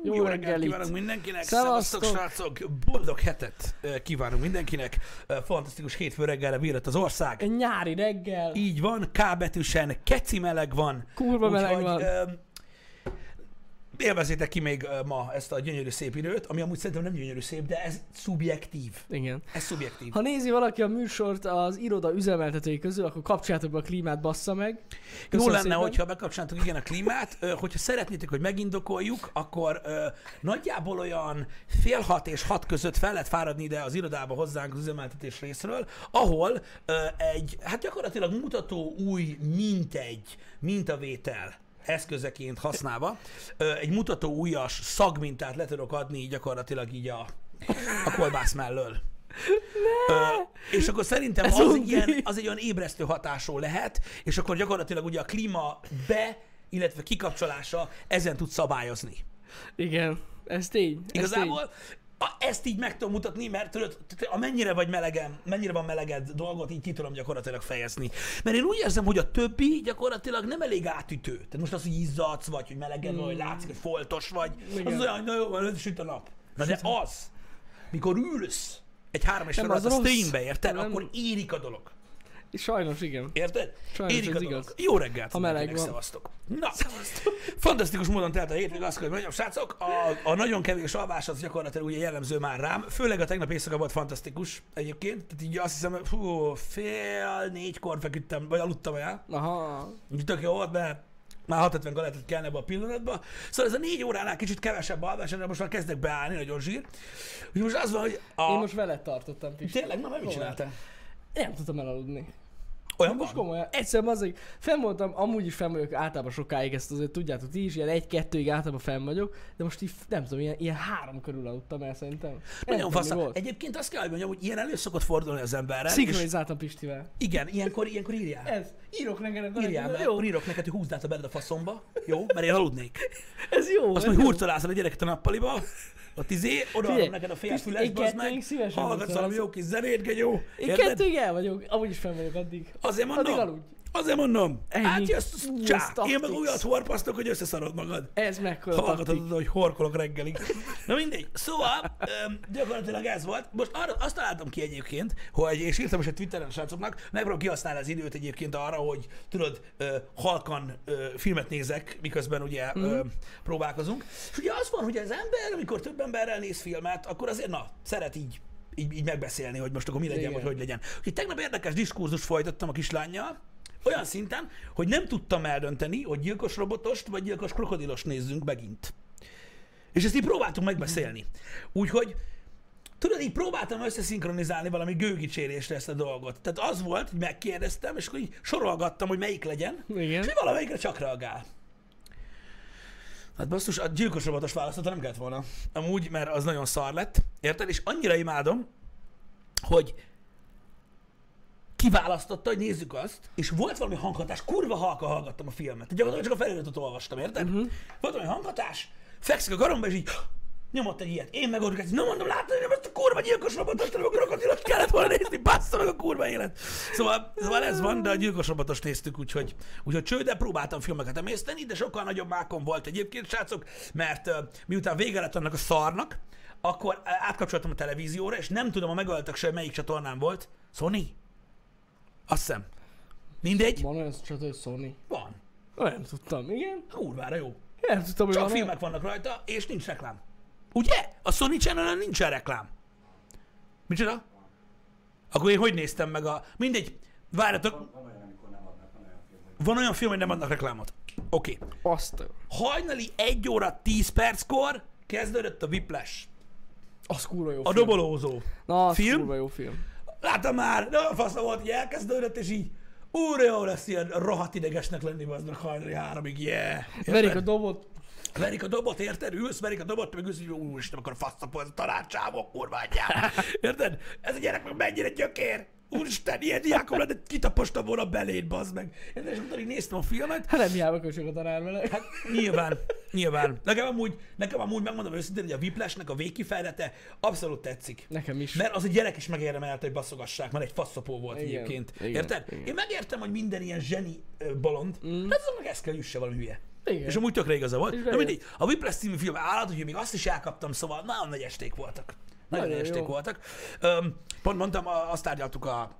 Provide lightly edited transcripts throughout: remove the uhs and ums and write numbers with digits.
Jó reggelt kívánunk mindenkinek, szevasztok srácok, boldog hetet kívánunk mindenkinek, fantasztikus hétfő reggelre bírott az ország. Egy nyári reggel. Így van, K betűsen, keci meleg van. Kurva meleg van. Élvezzétek ki még ma ezt a gyönyörű szép időt, ami amúgy szerintem nem gyönyörű szép, de ez szubjektív. Igen. Ez szubjektív. Ha nézi valaki a műsort az iroda üzemeltetői közül, akkor kapcsoljátok be a klímát, bassza meg. Jó lenne, hogyha bekapcsolnátok igen a klímát. Hogyha szeretnétek, hogy megindokoljuk, akkor nagyjából olyan 5:30 és 6 között fel lehet fáradni ide az irodába hozzánk az üzemeltetés részről, ahol hát gyakorlatilag mutató új mintavétel eszközeként használva egy mutató újas szagmintát le tudok adni gyakorlatilag így a kolbász mellől. És akkor szerintem az egy olyan ébresztő hatású lehet, és akkor gyakorlatilag ugye a klíma illetve kikapcsolása ezen tud szabályozni. Igen, ez tény. Igazából ezt így meg tudom mutatni, mert tudod, mennyire van meleged dolgot, így ki tudom gyakorlatilag fejezni. Mert én úgy érzem, hogy a többi gyakorlatilag nem elég átütő. Tehát most az, hogy izzadsz, vagy hogy meleged vagy, hogy látszik, hogy foltos vagy, igen. Az olyan, hogy na jó, van, süt a nap. Na de az, mikor ülsz egy 3 és fél órát a streambe, érted? Akkor érik a dolog. Sajnos igen. Érted? Sajnos érik a dolog. Igaz. Jó reggelt! Ha meleg van. Szevasztok. Na, fantasztikus módon telt a hétvég, azt kell, hogy mondjam, srácok, a nagyon kevés alvás az gyakorlatilag ugye jellemző már rám, főleg a tegnap éjszaka volt fantasztikus egyébként, tehát így azt hiszem, 3:30 feküdtem, vagy aludtam el. Aha. Úgy tök jó volt, mert már 6:50-kor lehetett kelni ebbe a pillanatba. Szóval ez a 4 óránál kicsit kevesebb alvás, de most már kezdek beállni, nagyon zsír. Úgyhogy most az van, hogy Én most veled tartottam, Pisti. Tényleg? Na, mit csináltál? Én nem tudtam elaludni. Olyan most van? komolyan. Egyszerűen az, hogy fenn voltam, amúgy is fenn vagyok általában sokáig, ezt azért tudjátok ti is, ilyen 1-2-ig általában fenn vagyok, de most így nem tudom, ilyen 3 körül aludtam el szerintem. Nagyon fasz. Egyébként azt kell, hogy mondjam, hogy ilyen elő szokott fordulni az emberrel. Szinkronizáltam Pistivel. Igen, ilyenkor írjál. Ez. Írok neked. Írjál, mert akkor írok neked, hogy húzd át a beled a faszomba. Jó? Mert én aludnék. Ez jó. Azt majd hurcolázol a gyereket a nappaliba. Ott odaadom neked a fél fülesbe, az meg. Hallgatsz valami jó kis zenét, genyó. Én 2-ig el vagyok, amúgy is fenn vagyok addig. Azért mondom, átjössz, csá, én meg olyat horpasztok, hogy összeszarod magad. Ez mekkora taktik. Hallgatod, hogy horkolok reggelig. Na mindegy. Szóval, gyakorlatilag ez volt. Most azt találtam ki egyébként, hogy, és írtam is a Twitteren a srácoknak, megpróbálom kihasználni az időt egyébként arra, hogy tudod, halkan filmet nézek, miközben ugye próbálkozunk. És ugye az van, hogy az ember, amikor több emberrel néz filmet, akkor azért szeret így megbeszélni, hogy most akkor mi legyen, igen. vagy hogy legyen. Úgyhogy tegnap érdekes diskurzust folytattam a kislánnyal, olyan szinten, hogy nem tudtam eldönteni, hogy gyilkos robotost vagy gyilkos krokodilost nézzünk megint. És ezt így próbáltunk megbeszélni. Úgyhogy, tudod, így próbáltam összeszinkronizálni valami gőgicsérésre ezt a dolgot. Tehát az volt, hogy megkérdeztem, és akkor így sorolgattam, hogy melyik legyen, igen. és valamelyikre csak reagál. Hát basszus, a gyilkos robotos választata nem kellett volna. Amúgy, mert az nagyon szar lett. Érted? És annyira imádom, hogy kiválasztotta, hogy nézzük azt, és volt valami hanghatás, kurva halka hallgattam a filmet. Gyakorlatilag csak a feliratot olvastam, érted? Volt valami hanghatás, fekszik a karomba, és így nyomott egy ilyet. Én meg ott kezdtem, na mondom, látod, hogy ezt a kurva gyilkos robotost, nem a krokodilost kellett volna nézni, bassza meg a kurva élet. Szóval ez van, de a gyilkos robotost néztük, úgyhogy cső, de próbáltam filmeket emészteni, de sokkal nagyobb mákom volt egyébként, srácok, mert miután vége lett annak a szarnak, akkor átkapcsoltam a televízióra, és nem tudom, a megöltek se, melyik csatornán volt. Sony? Azt hiszem. Mindegy. Van olyan csatorna, hogy Sony? Van. Nem tudtam, igen. Kurvára jó. Nem tudtam, hogy csak van filmek vannak rajta, és nincs reklám. Ugye? A Sony Channel-en nincsen reklám. Micsoda? Akkor én hogy néztem meg a... Mindegy. Várjatok. Van olyan film, hogy nem adnak reklámot. Oké. Azt. Hajnali 1 óra 10 perckor kezdődött a Whiplash. Az kurva jó a film. dobolózó. Na, az film. kurva jó film. Láttam már, nagyon faszom volt, hogy elkezdődött, és így úr, jó lesz ilyen rohadt idegesnek lenni, azdnak hajnali 3-ig, yeah. Verik a dobot. Verik a dobot, érted? Ülsz, verik a dobot, meg ülsz, hogy úristen, akkor faszapol ez a tanácsávok, kurványjál. Érted? Ez a gyerek meg mennyire gyökér. Úristen, ilyen diákom lenne, kitapostam volna beléd, bazd meg. És utána így néztem a filmet. Hát nem hiába köcsög a tanár vele. Hát nyilván. Nekem amúgy megmondom őszintén, hogy a Whiplashnek a végkifejlete abszolút tetszik. Nekem is. Mert az a gyerek is megérdemelte, hogy basszogassák, mert egy faszapó volt egyébként. Igen, érted? igen. Én megértem, hogy minden ilyen zseni bolond, de azon meg ezt kell üsse valami hülye. Igen. És amúgy tökre igaza volt. És Na mindig, a Whiplash című film állat, hogy még azt is elkaptam, szóval nagyon nagy esték voltak. Nagyon nagy esték voltak. Pont mondtam, azt tárgyaltuk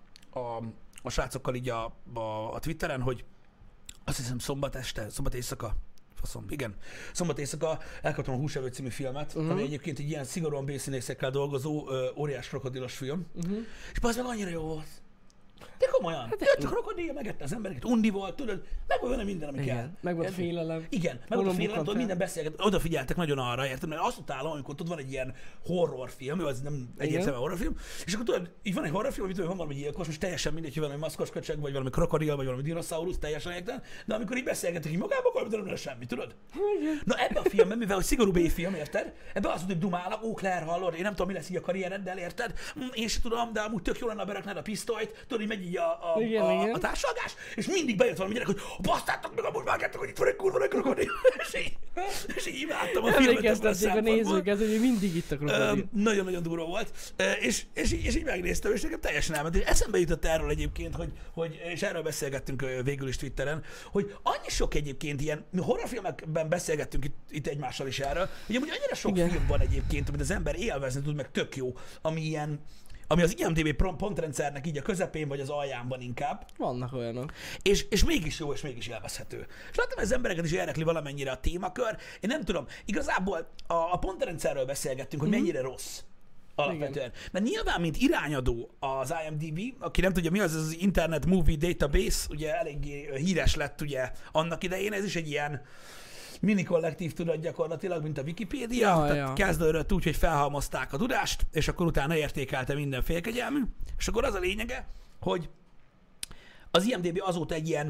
a srácokkal így a Twitteren, hogy azt hiszem szombat éjszaka, igen. Szombat éjszaka elkaptam a Húsevő című filmet, ami egyébként egy ilyen szigorúan B-színészekkel dolgozó óriás krokodilos film. És az meg annyira jó volt. De komolyan, jött a krokodil, megette az embereket, undi volt, tudod, meg volt benne minden, ami kell. Meg volt a félelem. Igen, meg volt a félelem, tudod, minden beszélget, odafigyeltek nagyon arra, érted? Mert azt utálom, amikor tudod, van egy ilyen horrorfilm, az nem egyértelműen horrorfilm, és akkor tudod, így van egy horrorfilm, amit van valami gyilkos, most teljesen mindegy, hogy valami maszkos köcsög, vagy valami krokodil, vagy valami dinoszaurusz, teljesen érted? De amikor így beszélgetek így magába, akkor nem lesz semmi, tudod? Na ebben a filmben, mivel hogy szigorú B-film, érted? Ebben azt mondjuk dumálnak, Claire, hallod, én nem tudom, mi lesz így a karriereddel, érted? Én sem tudom, de amúgy tök jó lenne beraknád a pisztolyt, tudod, így megy így a társalgás, és mindig bejött valami gyerek, hogy basztátok meg, amúgy vágjátok, hogy itt van egy kurva nagy krokodil. És így imádtam a filmet. Emlékeztették a nézőket, hogy mindig itt a krokodil. Nagyon-nagyon durva volt. És így megnéztem, és nekem teljesen elment. És eszembe jutott erről egyébként, és erről beszélgettünk végül is Twitteren, hogy annyi sok egyébként ilyen horrorfilmekben beszélgettünk itt egymással is erről, hogy amúgy annyira sok film van egyébként, amit az ember élvezni tud, meg tök jó, ami az IMDb pontrendszernek így a közepén vagy az alján van inkább. Vannak olyanok. És mégis jó, és mégis élvezhető. És láttam, hogy az embereket is érdekli valamennyire a témakör. Én nem tudom, igazából a pontrendszerről beszélgettünk, hogy mennyire rossz. Alapvetően. Igen. Mert nyilván, mint irányadó az IMDb, aki nem tudja, mi az Internet Movie Database, ugye eléggé híres lett ugye annak idején, ez is egy ilyen mini kollektív tudat gyakorlatilag, mint a Wikipédia, tehát kezdődött úgy, hogy felhalmozták a tudást, és akkor utána értékelte minden félkegyelmű, és akkor az a lényege, hogy az IMDb azóta egy ilyen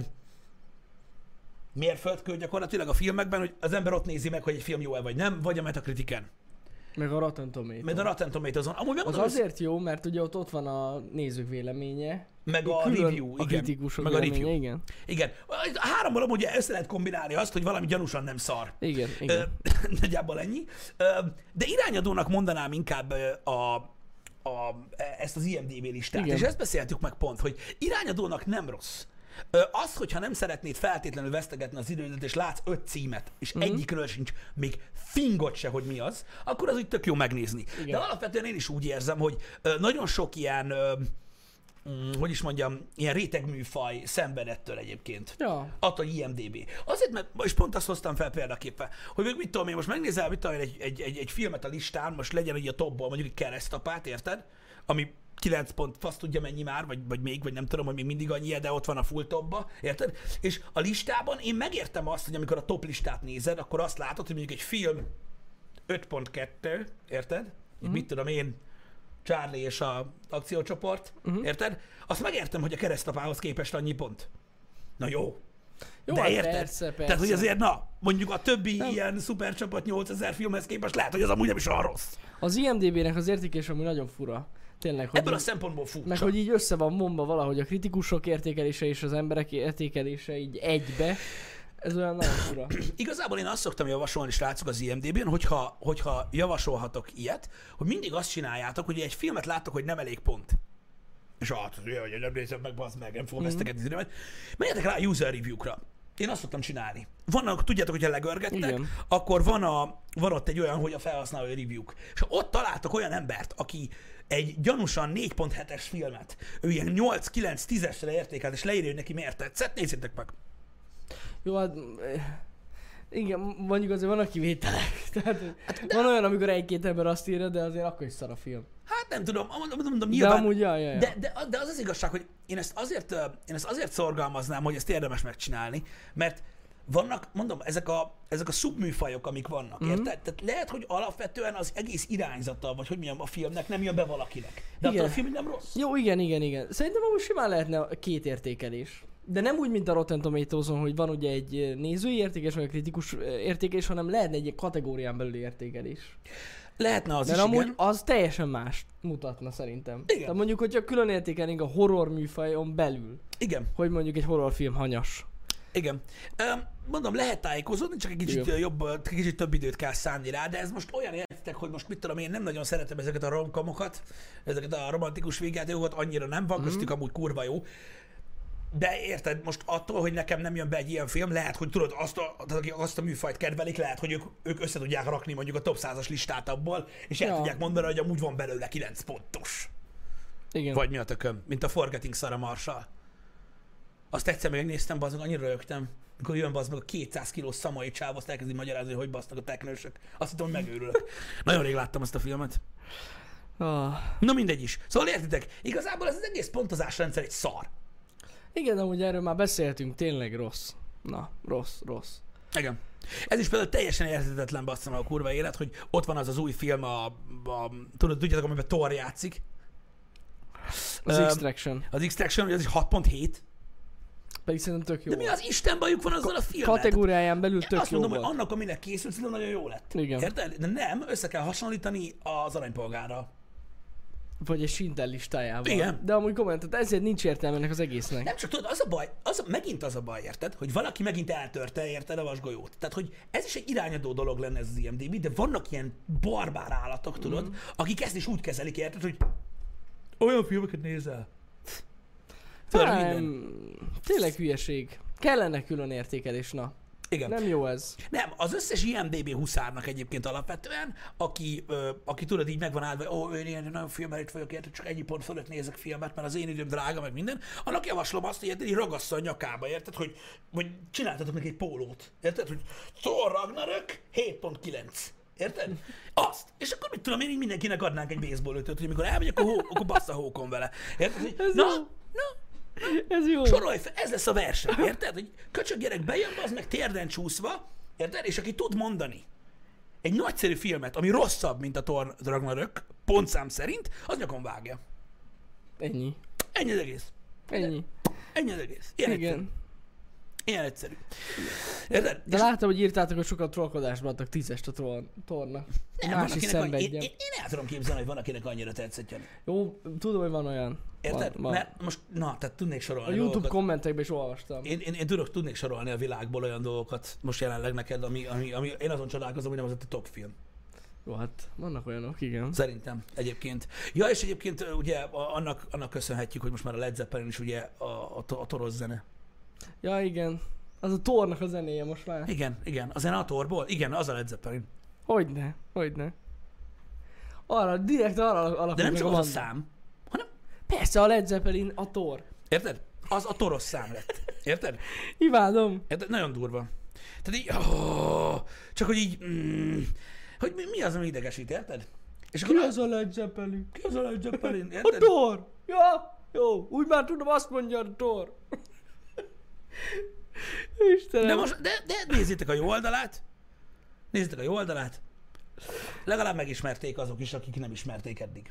mérföldkő gyakorlatilag a filmekben, hogy az ember ott nézi meg, hogy egy film jó-e vagy nem, vagy a Metacritiken. Meg a Rotten Tomatoes. Meg a Rotten Tomatoes-on. Amúgy az azért jó, mert ugye ott van a nézők véleménye. Meg a review, a kritikusok meg a review. Igen. Igen. A háromból amúgy össze lehet kombinálni azt, hogy valami gyanúsan nem szar. Igen. Nagyjából ennyi. De irányadónak mondanám inkább ezt az IMDb listát. Igen. És ezt beszéltük meg pont, hogy irányadónak nem rossz. Az, hogyha nem szeretnéd feltétlenül vesztegetni az idődet, és látsz 5 címet, és egyikről sincs még fingot se, hogy mi az, akkor az úgy tök jó megnézni. Igen. De alapvetően én is úgy érzem, hogy nagyon sok ilyen, hogy is mondjam, ilyen rétegműfaj szenved ettől egyébként. Ja. Attól IMDb. Azért, mert és pont azt hoztam fel példaképpen, hogy még mit tudom én, most megnézel, mit tudom én, egy filmet a listán, most legyen egy a topból, mondjuk egy Keresztapát, érted? Ami 9 pont, fasz tudja mennyi már, vagy nem tudom, hogy még mindig annyi, de ott van a full topba, érted? És a listában én megértem azt, hogy amikor a top listát nézed, akkor azt látod, hogy mondjuk egy film 5.2, érted? Mit tudom én, Charlie és a akciócsoport, érted? Azt megértem, hogy a Keresztapához képest annyi pont. Na jó. De érted? Persze. Tehát, hogy azért, mondjuk a többi ilyen szupercsapat 8000 filmhez képest lehet, hogy az amúgy nem is olyan rossz. Az IMDb-nek az értékelés ami nagyon fura. Tényleg, ebből a szempontból furcsa. Meg hogy így össze van momba valahogy a kritikusok értékelése és az emberek értékelése így egybe. Ez olyan nagyon fura. Igazából én azt szoktam javasolni, srácok, az IMDb-n, hogyha javasolhatok ilyet, hogy mindig azt csináljátok, hogy egy filmet láttok, hogy nem elég pont. És hogy nem nézem meg, bazd meg, nem fogom vesztegetni az időmet. Menjetek rá a user review-kra. Én azt szoktam csinálni. Vannak, tudjátok, hogyha legörgettek, igen, akkor van ott egy olyan, hogy a felhasználói review-k. És ott találtok olyan embert, aki egy gyanúsan 4.7-es filmet, ő ilyen 8-9-10-esre értékelt, és leírja, hogy neki miért tetszett, nézzétek meg. Jó, hát igen, mondjuk azért vannak kivételek. Tehát van olyan, amikor egy-két ember azt írja, de azért akkor is szar a film. Hát nem tudom, mondom nyilván. De amúgy, ja. De az az igazság, hogy én ezt azért szorgalmaznám, hogy ezt érdemes megcsinálni, mert vannak, mondom, ezek a szubműfajok, amik vannak, érted? Tehát lehet, hogy alapvetően az egész irányzata, vagy hogy mondjam, a filmnek nem jön be valakinek. De attól a film nem rossz. Jó, igen. Szerintem amúgy simán lehetne 2 értékelés. De nem úgy, mint a Rotten Tomatoes-on, hogy van ugye egy nézői értékelés, vagy a kritikus értékelés, hanem lehetne egy kategórián belüli értékelés. Lehetne az is, amúgy igen. Az teljesen más mutatna szerintem. Igen. Tehát mondjuk, hogyha külön értékelnénk a horror műfajon belül. Igen. Hogy mondjuk egy horrorfilm hanyas. Igen. Mondom, lehet tájékozódni, csak egy kicsit több időt kell szánni rá, de ez most olyan értek, hogy most mit tudom, én nem nagyon szeretem ezeket a romkomokat, ezeket a romantikus végjátékokat, annyira nem van, köztük amúgy kurva jó. De érted, most attól, hogy nekem nem jön be egy ilyen film, lehet, hogy tudod, tehát akik azt a műfajt kedvelik, lehet, hogy ők össze tudják rakni mondjuk a top 100-as listát abból, és el tudják mondani, hogy amúgy van belőle 9 pontos. Igen. Vagy mi a tököm, mint a Forgetting Sarah Marshall. Azt egyszer megnéztem, bazdmeg, annyira rögtem, amikor jön bazdmeg a 200 kilós szamai csáv, azt elkezdi magyarázni, hogy basznak a teknősök. Azt hittem, hogy megőrülök. Nagyon rég láttam azt a filmet. Na mindegy is. Szóval értitek, igazából ez az egész pontozásrendszer egy szar. Igen, amúgy erről már beszéltünk, tényleg rossz. Na, rossz. Igen. Ez is például teljesen érthetetlen, basszom, a kurva élet, hogy ott van az új film, tudjátok, amiben Thor játszik. Az Extraction. Az Extraction, hogy az is 6.7. Pedig szerintem tök jó. De mi az Isten bajuk van azzal a filmmel? Kategóriáján belül tök jó azt mondom, volt. hogy annak, aminek készült, szerintem nagyon jó lett. Igen. Érted? De nem, össze kell hasonlítani az Aranypolgárral. Vagy egy Schindler listájával. Igen. De amúgy komolyan, tehát ezért nincs értelme ennek az egésznek. Nem csak tudod, az a baj, megint az a baj, érted? Hogy valaki megint eltörte, érted, a vasgolyót. Tehát, hogy ez is egy irányadó dolog lenne ez az IMDb, de vannak ilyen barbár állatok, tudod, akik ezt is úgy kezelik, érted, hogy olyan filmeket nézel. Tényleg hülyeség. Kellene külön értékelés, na. Igen. Nem jó ez. Nem, az összes IMDb huszárnak egyébként alapvetően, aki tudod, így megvan állva, én ilyen nagyon filmelit vagyok, érted, csak ennyi pont fölött nézek filmet, mert az én időm drága, meg minden, annak javaslom azt, hogy így ragassza a nyakába, érted, hogy csináltatok neki egy pólót, érted, hogy Thor Ragnarök 7.9. Érted? Azt. És akkor mit tudom én, így mindenkinek adnánk egy baseballütőt, hogy amikor elmegyek, akkor bassza hókon vele. Érted? Ez jó. Sorolj fel, ez lesz a verseny, érted? Hogy köcsög gyerek bejön, az meg térden csúszva, érted? És aki tud mondani egy nagyszerű filmet, ami rosszabb, mint a Thor Ragnarök, pontszám szerint, az nyakon vágja. Ennyi. Ennyi az egész. Ennyi. Ennyi az egész. Ilyen Igen. egyszerű. Ilyen egyszerű. Érted? De láttam, hogy írtátok, hogy sokat trollkodásba adtak 10-est a Thornak. Nem, Más is szenvedjen. én el tudom képzelni, hogy van, akinek annyira tetszett, Jani. Jó, tudom, hogy van olyan. Érted? Van. Mert most, tehát tudnék sorolni A YouTube dolgokat. kommentekben is olvastam. Én tudnék sorolni a világból olyan dolgokat most jelenleg neked, ami én azon csodálkozom, hogy nem az a top film. Jó, hát vannak olyanok, igen. Szerintem egyébként. Ja, és egyébként ugye annak köszönhetjük, hogy most már a Led Zeppelin is ugye a toros zene. Ja, igen. Az a Thornak a zenéje most már. Igen. A zene a Thorból? Igen, az a Led Zeppelin. Hogyne. Direkt arra alapul. De nem csak az a szám, hanem... Persze, a Led Zeppelin a Thor. Érted? Az a toros szám lett. Érted? Imádom. Érted? Nagyon durva. Tehát így... csak hogy így... hogy mi az, ami idegesít, érted? És Ki az a Led Zeppelin? Ki az a Led Zeppelin? A Érted? Thor! Ja, jó, úgy már tudom, azt mondja a Thor. Istenem. De nézzétek a jó oldalát. Nézzétek a jó oldalát. Legalább megismerték azok is, akik nem ismerték eddig.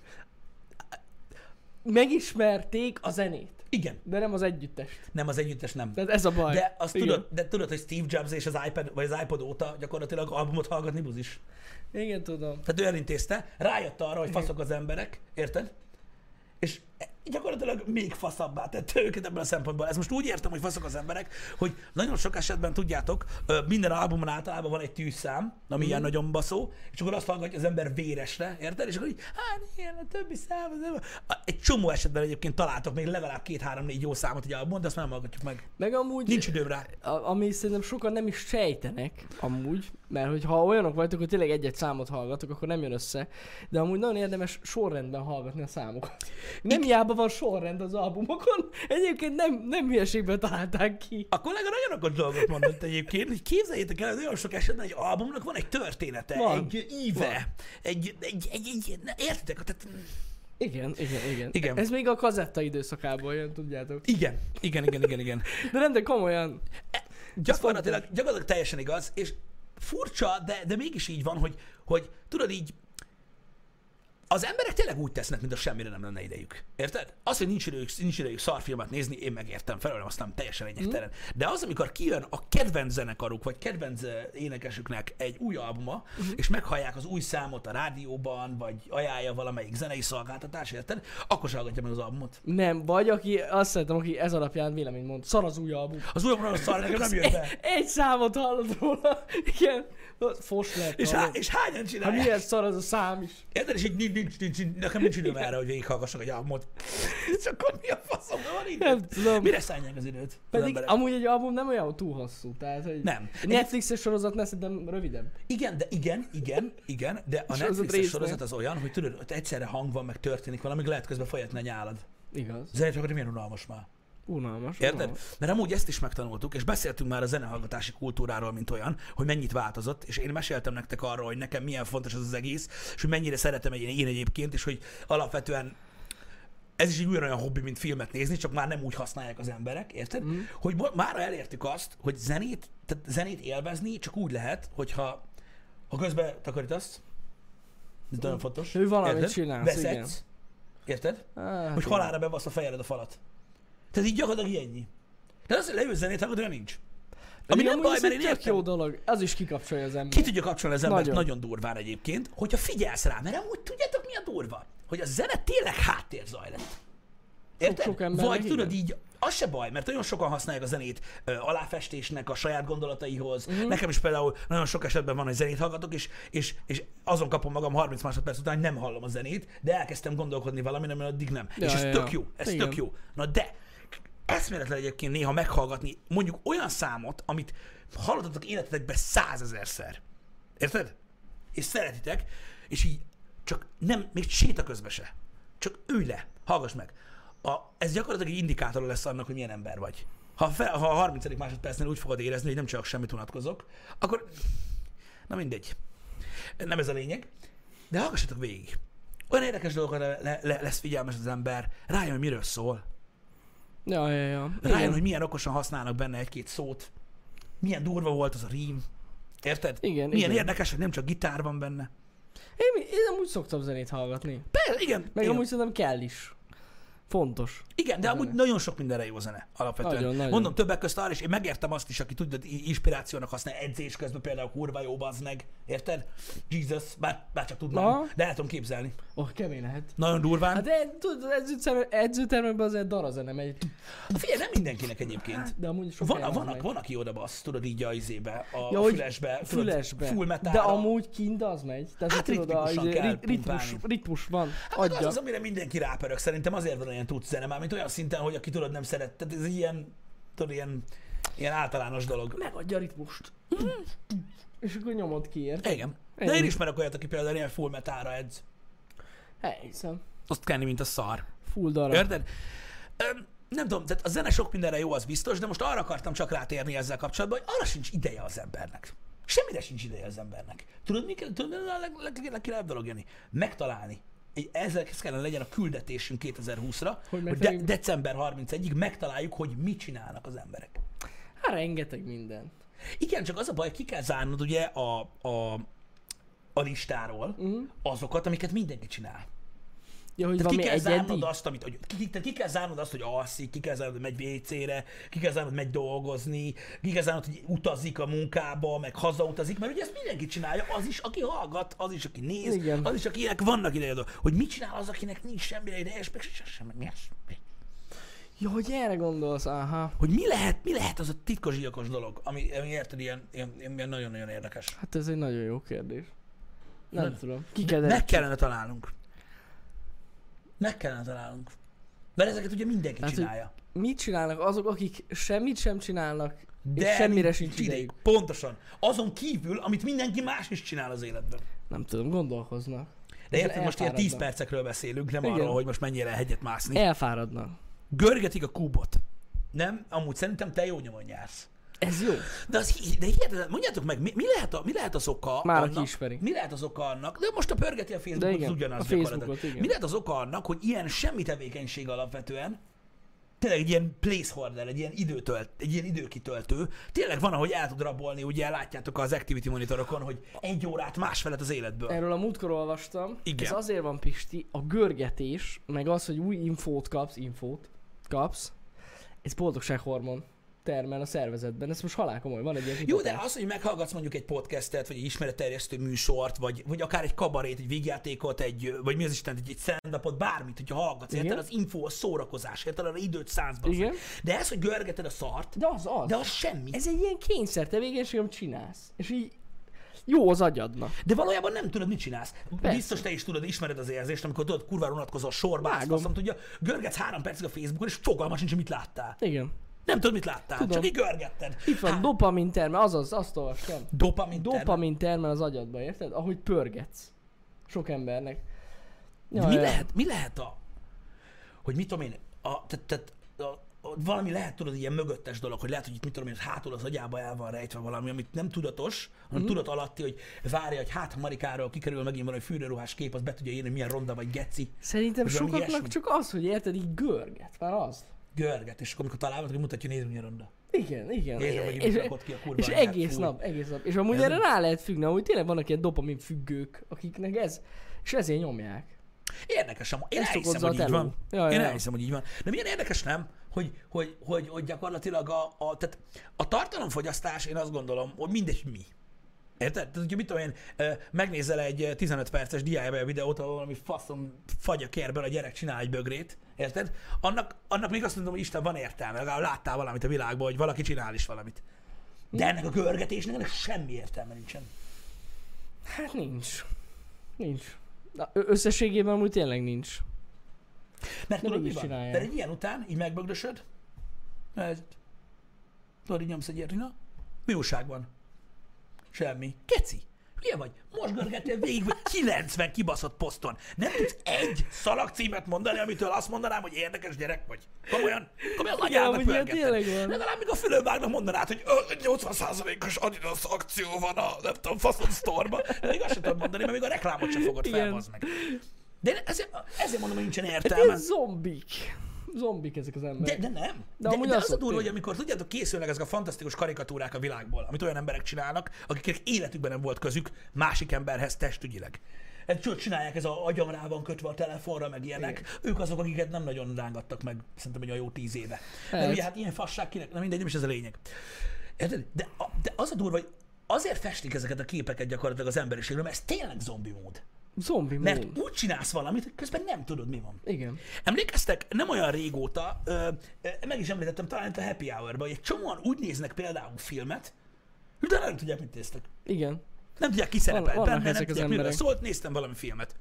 Megismerték a zenét. Igen. De nem az együttest. Nem, az együttes nem. Tehát ez a baj. De azt tudod, hogy Steve Jobs és az iPad, vagy az iPod óta gyakorlatilag albumot hallgatni buzis. Igen, tudom. Tehát ő elintézte, rájött arra, hogy faszok az emberek, érted? És gyakorlatilag még faszabbá tette őket ebből a szempontból. Ez most úgy értem, hogy faszok az emberek, hogy nagyon sok esetben tudjátok, minden albumon általában van egy tűzszám, ami ilyen nagyon baszó, és akkor azt hallgatja az ember véresre, érted? És akkor így, ilyen a többi szám, az ember. Egy csomó esetben egyébként találtok még legalább 2-3-4 jó számot egy albumon, de azt nem hallgatjuk meg. Meg amúgy... Nincs időm rá. Ami szerintem sokan nem is sejtenek, amúgy, mert hogyha olyanok vagytok, hogy tényleg egy-egy számot hallgatok, akkor nem jön össze. De amúgy nagyon érdemes sorrendben hallgatni a számokat. Nem hiába van sorrend az albumokon, egyébként nem hülyeségben találták ki. A kollega nagyon okos dolgot mondott egyébként, hogy képzeljétek el, hogy nagyon sok esetben egy albumnak van egy története, van. egy íve, egy értitek? Tehát... Igen. Ez még a kazetta időszakából jön, tudjátok. Igen. De nem, komolyan. Gyakorlatilag teljesen igaz, és furcsa, de mégis így van, hogy tudod így, az emberek tényleg úgy tesznek, mint a semmire nem lenne idejük. Érted? Az, hogy nincs idejük szarfilmet nézni, én megértem, felőlem aztán teljesen lényegtelen. De az, amikor kijön a kedvenc zenekaruk, vagy kedvenc énekesüknek egy új albuma, és meghallják az új számot a rádióban, vagy ajánlja valamelyik zenei szolgáltatás, érted? Akkor se hallgatja meg az albumot. Nem, vagy azt szeretem, aki ez alapján véleményt mond. Szar az új album. Az új album szar, nekem nem jön be. Egy számot hallod róla. Igen. Fos lehet. És hányan csinálják? Hát milyen szar az a szám is. Érted? És így nincs nekem nincs időm erre, hogy végighallgassak egy albumot. És akkor mi a faszom, van idő? Nem tudom. Mire szállják az időt? Pedig amúgy egy album nem olyan túl hosszú, tehát hogy Nem. Netflixes sorozatnál szerintem rövidebb. Igen, de a Netflixes sorozat az olyan, hogy tudod, hogy egyszerre hang van, meg történik valami, még lehet közben folyatni a nyálad. Igaz. Zenét hallgatni milyen unalmas már. Unalmas. Érted? Unalmas. Mert amúgy ezt is megtanultuk, és beszéltünk már a zenehallgatási kultúráról, mint olyan, hogy mennyit változott, és én meséltem nektek arról, hogy nekem milyen fontos ez az egész, és hogy mennyire szeretem én egyébként, és hogy alapvetően ez is egy olyan hobbi, mint filmet nézni, csak már nem úgy használják az emberek, érted? Hogy már elértük azt, hogy zenét élvezni csak úgy lehet, hogyha közben takarítasz, ez nagyon fontos. Ő valamit érted? csinálsz, igen. Veszetsz, érted? Hát, Hogy halálra bebasz a fejered a falat. Tehát így gyakorlatilag ennyi. De az, hogy leülsz zenét hallgatni, olyan nincs. Ami nem baj, mert én tök értem. jó dolog. Az is kikapcsolja az ember. Ki tudja kapcsolni az embert Nagyon. nagyon durván egyébként, hogyha figyelsz rá, mert amúgy tudjátok mi a durva? Hogy a zene tényleg háttérzaj lett. Érted? Sok embernek Vagy tudod igen. így, az se baj, mert nagyon sokan használják a zenét aláfestésnek, a saját gondolataihoz. Nekem is például nagyon sok esetben van, hogy zenét hallgatok, és azon kapom magam 30 másodperc után, hogy nem hallom a zenét, de elkezdtem gondolkodni valamin, ami addig nem. Ja, és ez ja, tök ja. jó, ez Igen. tök jó. Na de, eszméletlen egyébként néha meghallgatni mondjuk olyan számot, amit hallottatok életetekben 100 000-szer. Érted? És szeretitek, és így csak nem, még séta közben se. Csak ülj le, hallgass meg. Ez gyakorlatilag egy indikátor lesz annak, hogy milyen ember vagy. Ha a 30. másodpercnél úgy fogod érezni, hogy nem csak semmit unatkozok, akkor na mindegy. Nem ez a lényeg. De hallgassatok végig. Olyan érdekes dolgokra lesz figyelmes az ember, rájön, hogy miről szól. Ja. Rájön, Igen. hogy milyen okosan használnak benne egy-két szót. Milyen durva volt az a rím. Érted? Igen, Milyen igen. érdekes, hogy nem csak gitár van benne. Én amúgy szoktam zenét hallgatni. Persze, igen. Meg igen. amúgy szerintem kell is. Fontos. Igen, de a amúgy zene. nagyon sok mindenre jó zene, alapvetően. Nagyon. Mondom, többek között arra is, én megértem azt is, aki tudod, inspirációnak használ edzés közben, például kurva jó, bazd meg, érted? Jesus, bár csak tudnám, Aha. de el tudom képzelni. Kemény lehet. Nagyon durván. Hát tudod, az edzőtermekben azért darazene megy. Figyelj, nem mindenkinek egyébként. De amúgy sok Van, aki oda bassz, tudod, így a izébe, a Ja, hogy fülesbe, tudod, Fülesbe. full metalra. De amúgy kint az megy. Tehát Hát tudod, ritmikusan kell ritmus van. Hát meg Adja. az, amire mindenki rápörög. Szerintem azért van olyan tudsz zene, mármint olyan szinten, hogy aki tudod nem szeret. Tehát ez ilyen, tudod, ilyen általános dolog. Megadja a ritmust. És akkor nyomod ki, érted? Igen. De Ennyi. én ismerek olyat, aki például ilyen full metalra edz. Hiszem. Azt kenni, mint a szar. Full darab. Érted? Nem tudom, tehát a zene sok mindenre jó, az biztos, de most arra akartam csak rátérni ezzel kapcsolatban, hogy arra sincs ideje az embernek. Semmire sincs ideje az embernek. Tudod, mi a legkirályabb dolog, Jani? Megtalálni. Ez kellene legyen a küldetésünk 2020-ra, hogy december 31-ig megtaláljuk, hogy mit csinálnak az emberek. Hát rengeteg minden. Igen, csak az a baj, ki kell zárnod ugye a listáról azokat, amiket mindenki csinál. Ja, hogy Tehát ki valami kell zárnod egyedi. azt, ki kell zárnod azt, hogy alszik, ki kell zárnod, hogy megy WC-re, ki kell zárnod, hogy megy dolgozni, ki kell zárnod, hogy utazik a munkába, meg hazautazik, mert ugye ezt mindenki csinálja, az is, aki hallgat, az is, aki néz, Igen. az is, akinek vannak ideje, hogy mit csinál az, akinek nincs semmire ideje, és meg sem, mi az? Ja, hogy erre gondolsz, aha. Hogy mi lehet az a titkos gyilkos dolog, ami érted, ilyen nagyon-nagyon érdekes. Hát ez egy nagyon jó kérdés. Nem tudom. Ki kell Meg kellene találnunk. Mert ezeket ugye mindenki Hát, csinálja. Mit csinálnak azok, akik semmit sem csinálnak, De és semmire nincs sincs idejük? Pontosan. Azon kívül, amit mindenki más is csinál az életben. Nem tudom, gondolkoznak. De érted, most ilyen 10 Elfáradnak. percekről beszélünk, nem Igen. arról, hogy most mennyire hegyet mászni. Elfáradnak. Görgetik a kúbot. Nem? Amúgy szerintem te jó nyomon jársz. Ez jó. De hihetetlen, mondjátok meg, mi lehet az oka Már aki annak, ismeri. mi lehet az oka annak, de most a pörgeti a Facebookot, igen, az ugyanaz a gyakorlatilag. Facebookot, igen. Mi lehet az oka annak, hogy ilyen semmi tevékenység alapvetően, tényleg egy ilyen placeholder, egy ilyen időkitöltő, tényleg van, ahogy el tud rabolni, ugye látjátok az activity monitorokon, hogy 1 órát másfelet az életből. Erről a múltkor olvastam. Igen. Ez azért van, Pisti, a görgetés, meg az, hogy új infót kapsz, ez boldogsághormon termel a szervezetben. Ez most halálkomoly, van egy ilyen Jó, kutatás. de az, hogy meghallgatsz mondjuk egy podcastet, vagy egy ismeretterjesztő műsort, vagy akár egy kabarét, egy vígjátékot, egy mi az Isten, egy stand-upot, bármit, hogyha hallgatsz, Igen. érted? Az info, a szórakozás, érted? Arra időt szánsz. Igen. De ez, hogy görgeted a szart, De az. de az semmi. Ez egy ilyen kényszer tevékenység, amit csinálsz. És így Jó az agyadnak. De valójában nem tudod, mit csinálsz. Persze. Biztos te is tudod, ismered az érzést, amikor tudod, kurvára unatkozol sorba, azt Vágom. nem tudja, görgetsz 3 percig a Facebookon, és fogalma sincs, hogy mit láttál. Igen. Nem tudod, mit láttál, Tudom. csak így görgetted. Itt van dopamin termel, azaz, azt olvastam. Dopamin termel. Dopamin termel az agyadba, érted? Ahogy pörgetsz. Sok embernek. De mi lehet hogy mit tudom én, valami lehet, tudod, ilyen mögöttes dolog, hogy lehet, hogy itt mit tudom én, hátul az agyába el van rejtve valami, amit nem tudatos, hanem tudat alatti, hogy várja, hogy hát ha Marikáról kikerül megint valami fűrőruhás kép, az be tudja írni, milyen ronda vagy geci. Szerintem Vagy valami sokaknak ilyesmi. csak az, hogy érted, így görget. Már az. Görget, és akkor amikor találod, hogy mutatja, nézd, milyen ronda. Igen. Nézd, hogy És, mit rakott ki a kurva és anyját, egész fúj. nap. És amúgy erre rá lehet függni, amúgy tényleg vannak ilyen dopamin függők, akiknek ez, és ezért nyomják. Érdekes, én Ezt elhiszem, okozza hogy a így teló. van. Ja, Én ja. elhiszem, hogy így van. De milyen érdekes nem, hogy gyakorlatilag tehát a tartalomfogyasztás, én azt gondolom, hogy mindegy, hogy mi. Érted? Tehát, hogyha mit tudom én, megnézel egy 15 perces DIY videót, ahol valami faszom fagy a kérből a gyerek csinál egy bögrét, érted? Annak még azt mondom, hogy Isten, van értelme, legalább láttál valamit a világban, hogy valaki csinál is valamit. De ennek a görgetésnek ennek semmi értelme nincsen. Hát nincs. Na, összességében amúgy tényleg nincs. Mert De tudod, mi mégis van? csinálják. De egy ilyen után így megbögdösöd, tudod, így nyomsz egy ilyet, hogy na, mi újság van? Semmi. Keci, hülye vagy? Most görgettél végig, vagy 90 kibaszott poszton. Nem tudsz egy szalagcímet mondani, amitől azt mondanám, hogy érdekes gyerek vagy. Komolyan az anyának amúgy ilyen pörgetted. tényleg van. Legalább még a fülön vágnak mondanád, hogy 80%-os Adidas akció van a, nem tudom, faszon sztorba. De még azt sem tudod mondani, mert még a reklámot sem fogod Igen. felbazd meg. De ezért mondom, hogy nincsen Hát értelme. ilyen zombik ezek az emberek. De nem. De De amúgy az az a ott durva, hogy tényleg. amikor tudjátok, készülnek ezek a fantasztikus karikatúrák a világból, amit olyan emberek csinálnak, akiknek életükben nem volt közük másik emberhez testügyileg. Ezt csinálják, ez a agyam rá van kötve a telefonra, meg ilyenek. Igen. Ők azok, akiket nem nagyon rángattak meg, szerintem egy olyan jó 10 éve. De Hát. ugye hát ilyen fasság kinek, nem mindegy, nem is ez a lényeg. Érted? De az a durva, hogy azért festik ezeket a képeket gyakorlatilag az emberiségről, mert ez tényleg zombi mód. Zombi Mert mód. úgy csinálsz valamit, hogy közben nem tudod, mi van. Igen. Emlékeztek, nem olyan régóta, meg is említettem talán itt a Happy Hour-ban, hogy egy csomóan úgy néznek például filmet, hogy utána nem tudják, mit néztek. Igen. Nem tudják, ki szerepelt Vannak benne, nem ezek az tudják, miről emberek. szólt, néztem valami filmet.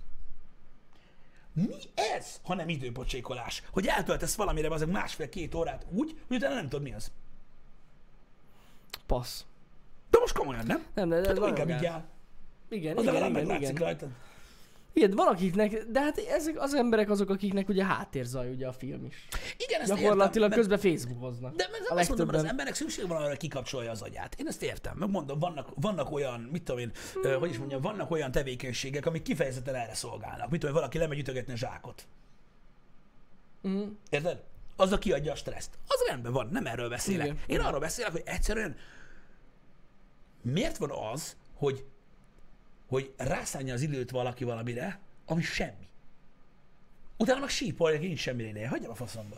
Mi ez, ha nem időpocsékolás? Hogy eltöltesz valamire azok 1,5-2 órát úgy, hogy utána nem tudod, mi az. Passz. De most komolyan, nem? Nem, de ez Hát nagyon inkább gáz. így áll. Igen, Az legalább igen, meglátszik igen. rajtad. Igen, van akiknek, de hát ezek az emberek azok, akiknek ugye háttérzaj ugye a film is. Igen, ezt Gyakorlatilag értem, közben Facebookoznak. De mert a azt mondom, hogy az legtöbben. embernek szükség van arra, hogy kikapcsolja az agyát. Én ezt értem. Megmondom, vannak olyan, mit tudom én, hogy is mondjam, vannak olyan tevékenységek, amik kifejezetten erre szolgálnak. Mit tudom, én, valaki lemegy ütögetni a zsákot. Mhm. Érted? Azzal kiadja a stresszt. Az rendben van, nem erről beszélek. Igen. Én arról beszélek, hogy egyszerűen miért van az, hogy rászánja az időt valaki valamire, ami semmi. Utána meg sípolja, hogy nincs semmi ideje. Hagyjam a faszomba.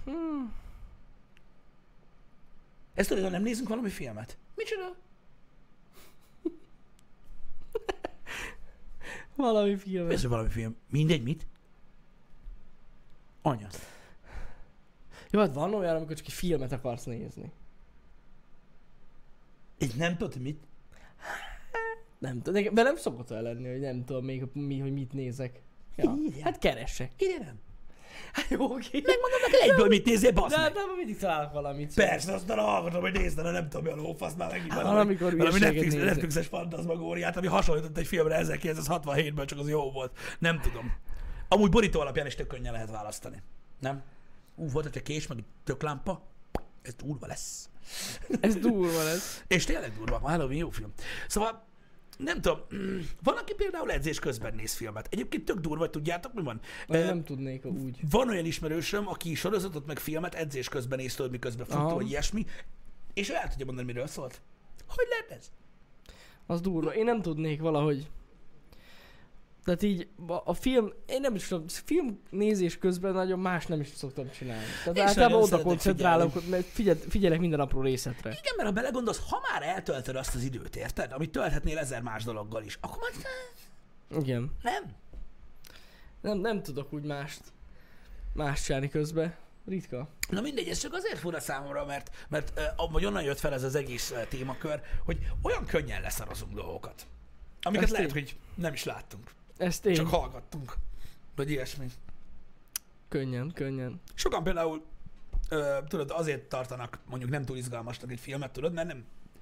Ezt tudod, hogy nem nézünk valami filmet? Micsoda? Valami film. Ez valami film. Mindegy, mit? Anya. Jó, hát van olyan, amikor csak egy filmet akarsz nézni. Így nem tudod, hogy mit? Nem tudom, de nem szokott olyan lenni, hogy nem tudom még, hogy mit nézek. Ja. Igen. Hát keresek. Ide nem. Hát jó, oké. Megmondom neked egyből, mit nézzél, bassz De meg. hát nem, mindig találok valamit. Persze, aztán hallgatom, hogy nézd, de nem tudom, mi a lófasz már megint. Hát, valami amikor hülyeséget nézek. Netflixes fantazmagóriát, ami hasonlított egy filmre 1967-ben, csak az jó volt. Nem tudom. Amúgy borító alapján is tök könnyen lehet választani. Nem? Volt egy kés, meg egy töklámpa. Ez durva lesz. Ez durva lesz. És tényleg durva. Halloween jó film. Szóval, nem tudom, van, aki például edzés közben néz filmet. Egyébként tök durva, hogy tudjátok, mi van? Én nem tudnék úgy. Van olyan ismerősöm, aki sorozatot meg filmet edzés közben néz, tudod, miközben Aha. futó, vagy ilyesmi, és ő el tudja mondani, miről szólt. Hogy lehet ez? Az durva. Én nem tudnék valahogy. Tehát így a film, én nem is tudom, film nézés közben nagyon más nem is szoktam csinálni. Tehát Én is általában nagyon oda szeretek koncentrálok, mert figyelek minden apró részletre. Igen, mert ha belegondolsz, ha már eltöltöd azt az időt, érted? Amit tölthetnél 1000 más dologgal is, akkor már Igen. nem. Nem tudok úgy mást csinálni közben. ritka. Na mindegy, ez csak azért fura számomra, mert vagy onnan jött fel ez az egész témakör, hogy olyan könnyen leszarozunk dolgokat, amiket Ezt lehet, én. hogy nem is láttunk, Ez tény. csak hallgattunk, vagy ilyesmi. Könnyen. Sokan például, tudod, azért tartanak mondjuk nem túl izgalmasnak egy filmet, tudod, mert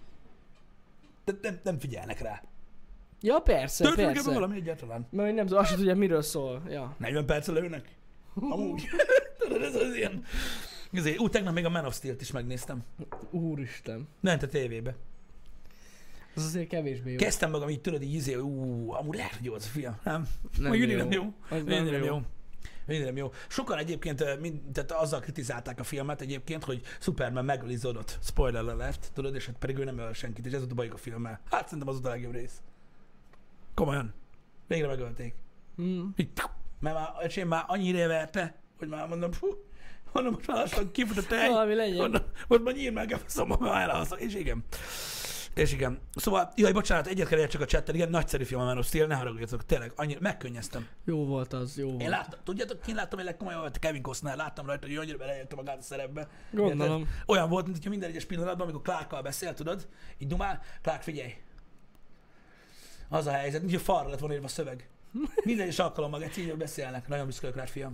nem figyelnek rá. Ja, persze, Történik persze. ebben valami egyáltalán? Mert nem tudom, azt sem tudja, miről szól. Ja. 40 perccel leülnek? Amúgy. Tudod, ez az ilyen... Úgy tegnap még a Man of Steel-t is megnéztem. Úristen. Ment a tévébe. Az azért kevésbé jó. Kezdtem magam így, tudod, így amúgy lehet, hogy jó az a film. Nem? Nem Még mindig jó. nem jó. Az Mindig nem nem jó. jó. Mindig nem jó. Sokan egyébként tehát azzal kritizálták a filmet egyébként, hogy Superman megöli Zodot. Spoiler alert, tudod, és hát pedig ő nem öl senkit, és ez volt a bajuk a filmmel. Hát szerintem az volt a legjobb rész. Komolyan. Végre megölték. Így, mert már annyi ideje verte, hogy már mondom, mondom, most már lassan kifut a tej. Valami legyen. Mondom, most már nyír meg a faszomba, már elhalszom. És igen. Szóval, jaj, bocsánat, egyet kell csak a chatten, igen, nagyszerű film a Man of Steel, ne haragudjatok, tényleg, annyira megkönnyeztem. Jó volt az, jó volt. Én láttam, tudjátok, én láttam, hogy legkomolyabb volt Kevin Costner, láttam rajta, hogy annyira beleérte magát a szerepbe. Gondolom. Érted? Olyan volt, mint hogyha minden egyes pillanatban, amikor Clarkkal beszél, tudod, így dumál, Clark, figyelj. Az a helyzet, mint hogy falra lett volna írva a szöveg. Minden egyes alkalommal egy így beszélnek, nagyon büszke vagyok rád, fiam.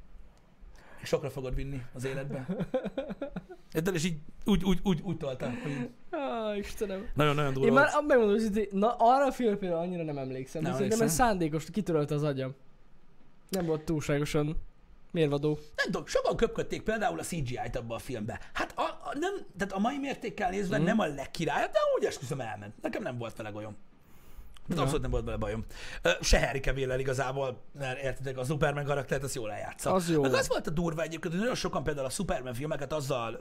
És sokra fogod vinni az életbe. Érted? És így úgy toltam, hogy Istenem. nagyon durva Én volt. már megmondom, hogy arra a filmre például annyira nem emlékszem. Nem De szerintem ez emlékszem. szándékos, kitörölte az agyam. Nem volt túlságosan mérvadó. Nem tudom, sokan köpködték például a CGI-t abba a filmbe. Hát nem, tehát a mai mértékkel nézve nem a legkirály, de úgy esküszöm elment. Nekem nem volt vele bajom. Tehát abszolút nem volt vele bajom. Se Henry Cavill-el igazából, mert értitek, a Superman karaktert azt jól eljátsza. Az jó. Meg az volt a durva egyébként, hogy nagyon sokan például a Superman filmeket azzal,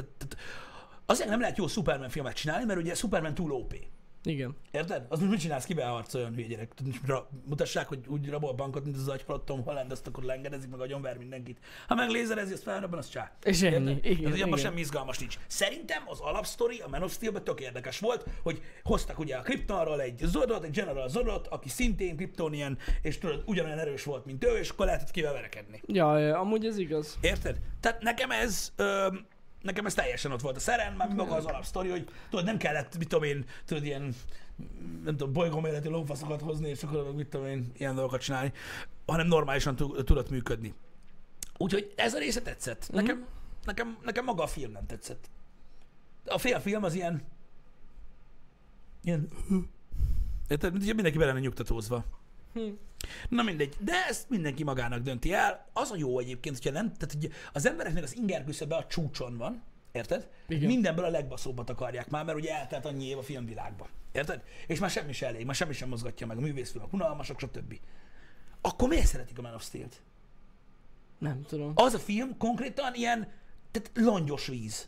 azért nem lehet jó Superman filmet csinálni, mert ugye Superman túl OP. Igen. Érted? Az most mit csinálsz, kivel harcoljon, hülye gyerek? Mutassák, hogy úgy rabol bankot, mint az agyhalott Tom Holland, azt akkor lengedezik, meg agyonver mindenkit. Ha meg lézerezi, azt felrabban, az csá. És ennyi. Érted? Igen, Tehát, abban igen. semmi izgalmas nincs. Szerintem az alapsztori a Man of Steel-ben tök érdekes volt, hogy hoztak ugye a Kryptonról egy Zodot, egy General Zodot, aki szintén Kryptonian, és tudod, ugyanolyan erős volt, mint ő, és akkor lehetett kivel verekedni. Ja, amúgy ez igaz. Érted? Tehát nekem ez teljesen ott volt a szerem, már maga az alapsztori, hogy tudod, nem kellett, mit tudom én, tudod, ilyen, nem tudom, bolygóméretű lófaszokat hozni, és akkor, mit tudom én, ilyen dolgokat csinálni, hanem normálisan tudott működni. Úgyhogy ez a része tetszett. Nekem maga a film nem tetszett. A fél film az ilyen... Érted? Mint hogyha mindenki be lenne nyugtatózva. Na mindegy, de ezt mindenki magának dönti el. Az a jó egyébként, hogyha nem, tehát ugye az embereknek az inger küszöbe a csúcson van, érted? Igen. Mindenből a legbaszóbbat akarják már, mert ugye eltelt annyi év a filmvilágban, érted? És már semmi sem elég, már semmi sem mozgatja meg, a művészfilmek unalmasak, stb. Akkor miért szeretik a Man of Steel-t? Nem tudom. Az a film konkrétan ilyen, tehát langyos víz.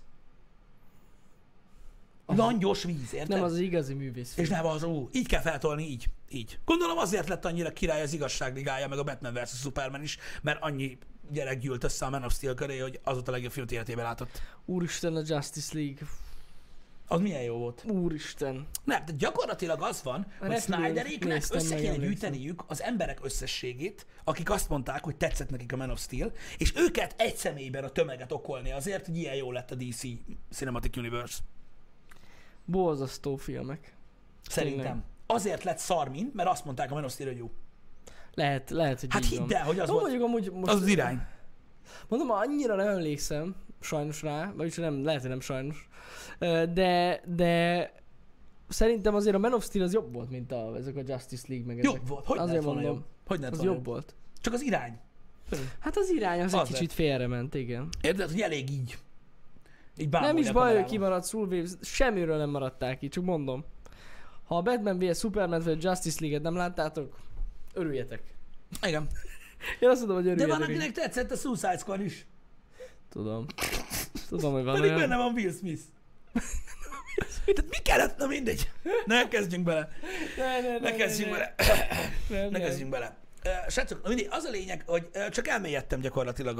Langyos víz, érted? Nem az igazi művész. És nem az, így kell feltolni, így. Gondolom azért lett annyira király az Igazságligája, meg a Batman vs. Superman is, mert annyi gyerek gyűlt össze a Man of Steel köré, hogy az volt a legjobb filmet életében látott. Úristen, a Justice League. Az milyen jó volt. Úristen. Nem, de gyakorlatilag az van, hogy Snyderéknek néztem, össze meg kéne emlékszem. gyűjteniük az emberek összességét, akik azt mondták, hogy tetszett nekik a Man of Steel, és őket egy személyben a tömeget okolni azért, hogy ilyen jó lett a DC Cinematic Universe. Borzasztó filmek. Szerintem. Tényleg. Azért lett szar mind, mert azt mondták a Man of Steel, hogy jó. Lehet, hogy Hát így hidd van. el, hogy az Jó, volt, mondjuk amúgy most... az az irány. Mondom, annyira nem emlékszem, sajnos rá, vagyis nem, lehet, hogy nem sajnos. De szerintem azért a Man of Steel az jobb volt, mint ezek a Justice League meg ezek. Jobb volt. Hogy azért lett volna mondom, jobb? Hogy lett az volna jobb volt. Csak az irány. Hát az irány az egy Az kicsit félrement, igen. Érted, hogy elég így. Így Nem is bámulják baj, hogy kamerával. kimaradt Soulwave, semmiről nem maradták ki, csak mondom. Ha a Batman vs Superman vagy a Justice League-et nem láttátok, örüljetek. Igen. Én azt mondom, hogy De örüljetek. van, akinek tetszett a Suicide Squad is. Tudom, hogy van Pedig olyan. benne van Will Smith. Tehát mi kellett? Na mindegy. Ne kezdjünk bele. Ne kezdjünk bele. Ne kezdjünk bele. Srácok, na mindegy, az a lényeg, hogy csak elmélyedtem gyakorlatilag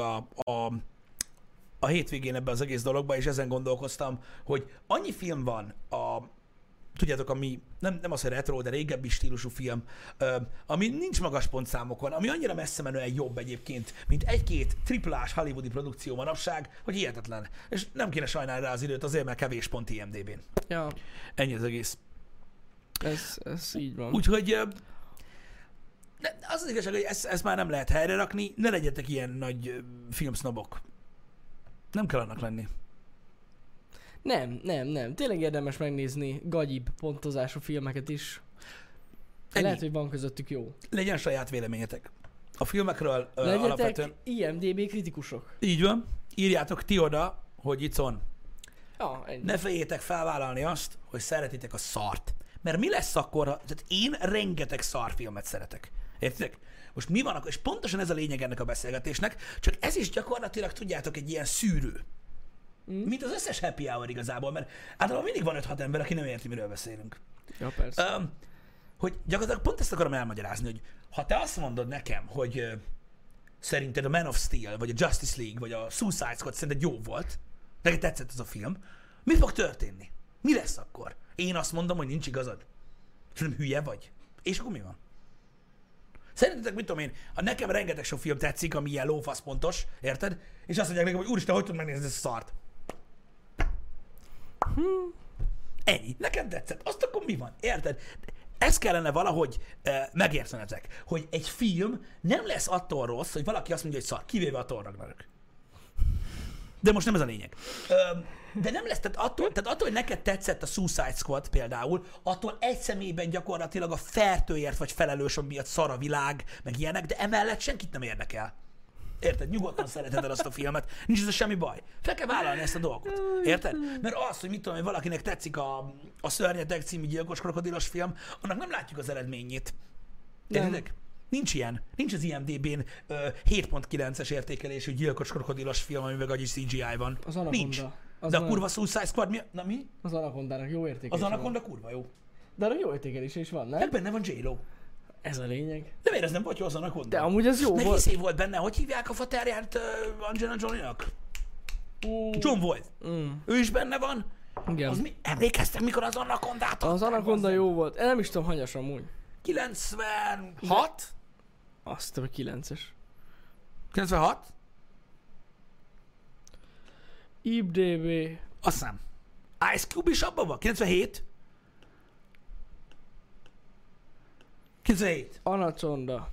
a hétvégén ebbe az egész dologba, és ezen gondolkoztam, hogy annyi film van tudjátok, ami nem az, hogy retro, de régebbi stílusú film, ami nincs magas pontszámokon, ami annyira messze menően jobb egyébként, mint egy-két triplás hollywoodi produkció manapság, hogy hihetetlen. És nem kéne sajnálni rá az időt azért, mert kevés pont IMDb-n. Ja, Ennyi az egész. ez így van. Úgyhogy az igazság, hogy ezt már nem lehet helyre rakni, ne legyetek ilyen nagy filmsznobok. Nem kell annak lenni. Nem. Tényleg érdemes megnézni gagyibb pontozású filmeket is. Ennyi. Lehet, hogy van közöttük jó. Legyen saját véleményetek. A filmekről Legyetek alapvetően... IMDb kritikusok. Így van. Írjátok ti oda, hogy itt van. Ja, ennyi. Ne feljétek felvállalni azt, hogy szeretitek a szart. Mert mi lesz akkor, tehát én rengeteg szarfilmet szeretek. Értitek? Most mi van akkor? És pontosan ez a lényeg ennek a beszélgetésnek, csak ez is gyakorlatilag, tudjátok, egy ilyen szűrő. Mint az összes happy hour igazából, mert általában mindig van 5-6 ember, aki nem érti, miről beszélünk. Ja, persze. Hogy gyakorlatilag pont ezt akarom elmagyarázni, hogy ha te azt mondod nekem, hogy szerinted a Man of Steel, vagy a Justice League, vagy a Suicide Squad szerinted jó volt, neked tetszett az a film, mi fog történni? Mi lesz akkor? Én azt mondom, hogy nincs igazad. Szerintem hülye vagy. És akkor mi van? Szerintetek, mit tudom én, ha nekem rengeteg sok film tetszik, ami ilyen lófaszpontos, érted? És azt mondják nekem, hogy úristen, hogy tudod megnézni ezt a szart? Ennyi. Nekem tetszett. Azt akkor mi van? Érted? Ezt kellene valahogy megértenetek, hogy egy film nem lesz attól rossz, hogy valaki azt mondja, hogy szar, kivéve a Thor Ragnarök. De most nem ez a lényeg. De nem lesz, tehát attól, hogy neked tetszett a Suicide Squad például, attól egy személyben gyakorlatilag a fertőért vagy felelős, ami miatt szar a világ, meg ilyenek, de emellett senkit nem érdekel. Érted? Nyugodtan szereted azt a filmet, nincs ez semmi baj. Fel kell vállalni ezt a dolgot. Érted? Mert az, hogy mit tudom, hogy valakinek tetszik a Szörnyeteg című gyilkos krokodilos film, annak nem látjuk az eredményét. Értedek? Nincs ilyen. Nincs az IMDb-n 7.9-es értékelésű gyilkos krokodilos film, ami meg agyi CGI van. Az Anaconda. Nincs. Az De a kurva Suicide Squad mi? Na mi? Az Anacondának jó értékelése Az Anaconda van. kurva jó. De arra jó értékelése is van, nem? Meg benne van J-Lo. Ez a lényeg. De miért ez nem volt jó az Anaconda? De amúgy az jó Meg volt. izé volt benne, hogy hívják a faterját Angelina Jolie-nak? John Voight. Ő is benne van. Igen. Az mi? Emlékeztem, mikor az Anacondát Az Anaconda jó volt. Én nem is tudom, hanyas amúgy. 96? Azt a 9-es. 96? IMDb. Azt hiszem. Ice Cube is abban van? 97? 97. Anaconda.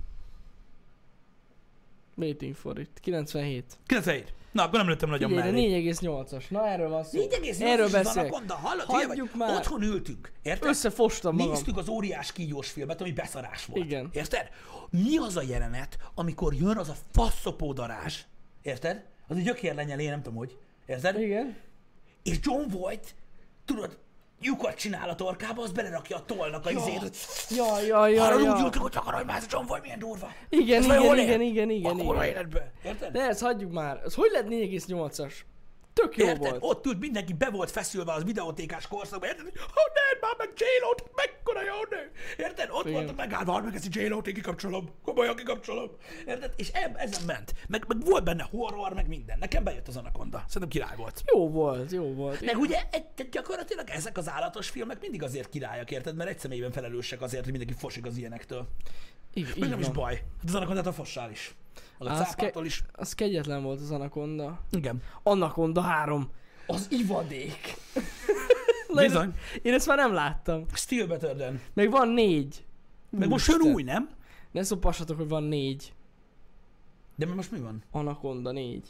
Waiting for it. 97. 97. Na, akkor nem lőttem nagyon Figyelj, mellé. 4,8-as. Na erről van szó. 4,8 Erről az beszélek. Anaconda, hallod? Hagyjuk már. Otthon ültünk, érted? Összefostam magam. Néztük az óriás kígyós filmet, ami beszarás volt. Igen. Érted? Mi az a jelenet, amikor jön az a faszopó darázs, érted? Az egy gyökérlenyelé, nem tudom hogy. Érted? Igen. És John Voight, tudod, lyukat csinál a torkába, az belerakja a tollnak a izét. Ja. Arra úgy ültünk, hogy csak arra, hogy már ez a John Voight milyen durva. Igen, Ez már jól igen. ér? A kurva életbe. Érted? De ezt hagyjuk már. Ez hogy lett 4,8-as? Tök jó Érted? volt. Ott ült, mindenki be volt feszülve az videótékás korszakban, érted? Hogy ne, már meg J-Lo-t, mekkora jó nő! Érted? Ott Igen. voltak megállva, hogy meg ezt a J-Lo-t én kikapcsolom, komolyan kikapcsolom. Érted? És ezen ment. Meg volt benne horror, meg minden. Nekem bejött az Anaconda. Szerintem király volt. Jó volt. Meg ugye gyakorlatilag ezek az állatos filmek mindig azért királyak, érted? Mert egy személyben felelősek azért, hogy mindenki fosik az ilyenektől. Így Meg nem is van. baj. Hát az Anacondától fossál is. Az a Az cápától is. Az kegyetlen volt az Anaconda. Igen. Anaconda 3. Az ivadék. Bizony. Én ezt már nem láttam. Still better than. Meg van 4. Meg most jön új, nem? Ne szopassatok, hogy van 4. De most mi van? Anaconda 4.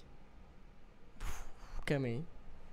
Kemény.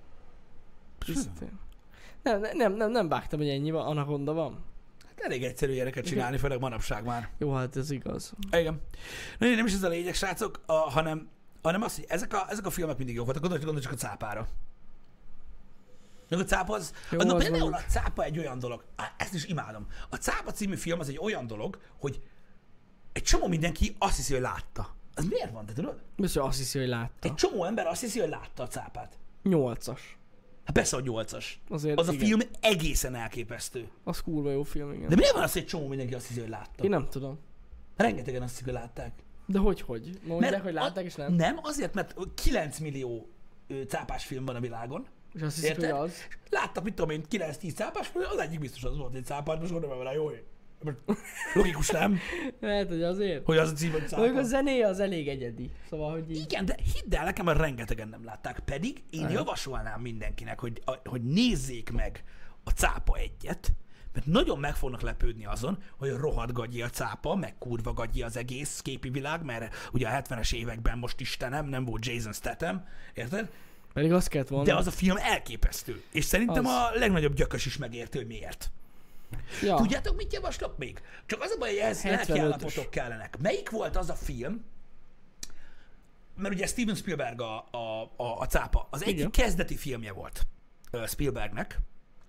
Tisztén. Nem vágtam, hogy ennyi van. Anaconda van. Elég egyszerű ilyeneket csinálni, főleg manapság már. Jó, hát ez igaz. Igen. Nem is ez a lényeg, srácok, hanem az, hogy ezek a filmek mindig jók voltak. Gondolj csak a cápára. Meg a cápa az... Jó, Na, az például mondjuk. a cápa egy olyan dolog, ezt is imádom. A cápa című film az egy olyan dolog, hogy egy csomó mindenki azt hiszi, hogy látta. Az miért van, te tudod? Most azt hiszi, hogy látta. Egy csomó ember azt hiszi, hogy látta a cápát. 8-as. Hát persze, hogy 8-as. Azért Az a igen. film egészen elképesztő. Az kurva jó film, igen. De miért van az, hogy egy csomó mindenki azt hiszi, hogy látta? Én nem tudom. Rengetegen azt hiszik, hogy látták. De hogy? Mondják, hogy látták és nem? Nem, azért, mert 9 millió cápás film van a világon, És azt hiszik, hogy Érted? az. Láttak, mit tudom én, 9-10 cápás, az egyik biztos az volt egy cápás, most gondolom vele, jó. Logikus nem, Lehet, hogy azért. hogy az a cím, hogy Mondjuk a cápa. zenéje az elég egyedi. Szóval, hogy így... Igen, de hidd el, nekem rengetegen nem látták. Pedig én javasolnám mindenkinek, hogy nézzék meg a cápa egyet, mert nagyon meg fognak lepődni azon, hogy rohadt gagyi a cápa, meg kurva gagyi az egész képi világ, mert ugye a 70-es években most Istenem, nem volt Jason Statham, érted? Pedig azt kellett volna. De az a film elképesztő. És szerintem Az. a legnagyobb gyökös is megérti, hogy miért. Ja. Tudjátok, mit javaslok még? Csak az a baj, hogy ehhez 75-ös. lelkiállapotok kellenek. Melyik volt az a film, mert ugye Steven Spielberg a cápa. Az egyik Igen. kezdeti filmje volt Spielbergnek,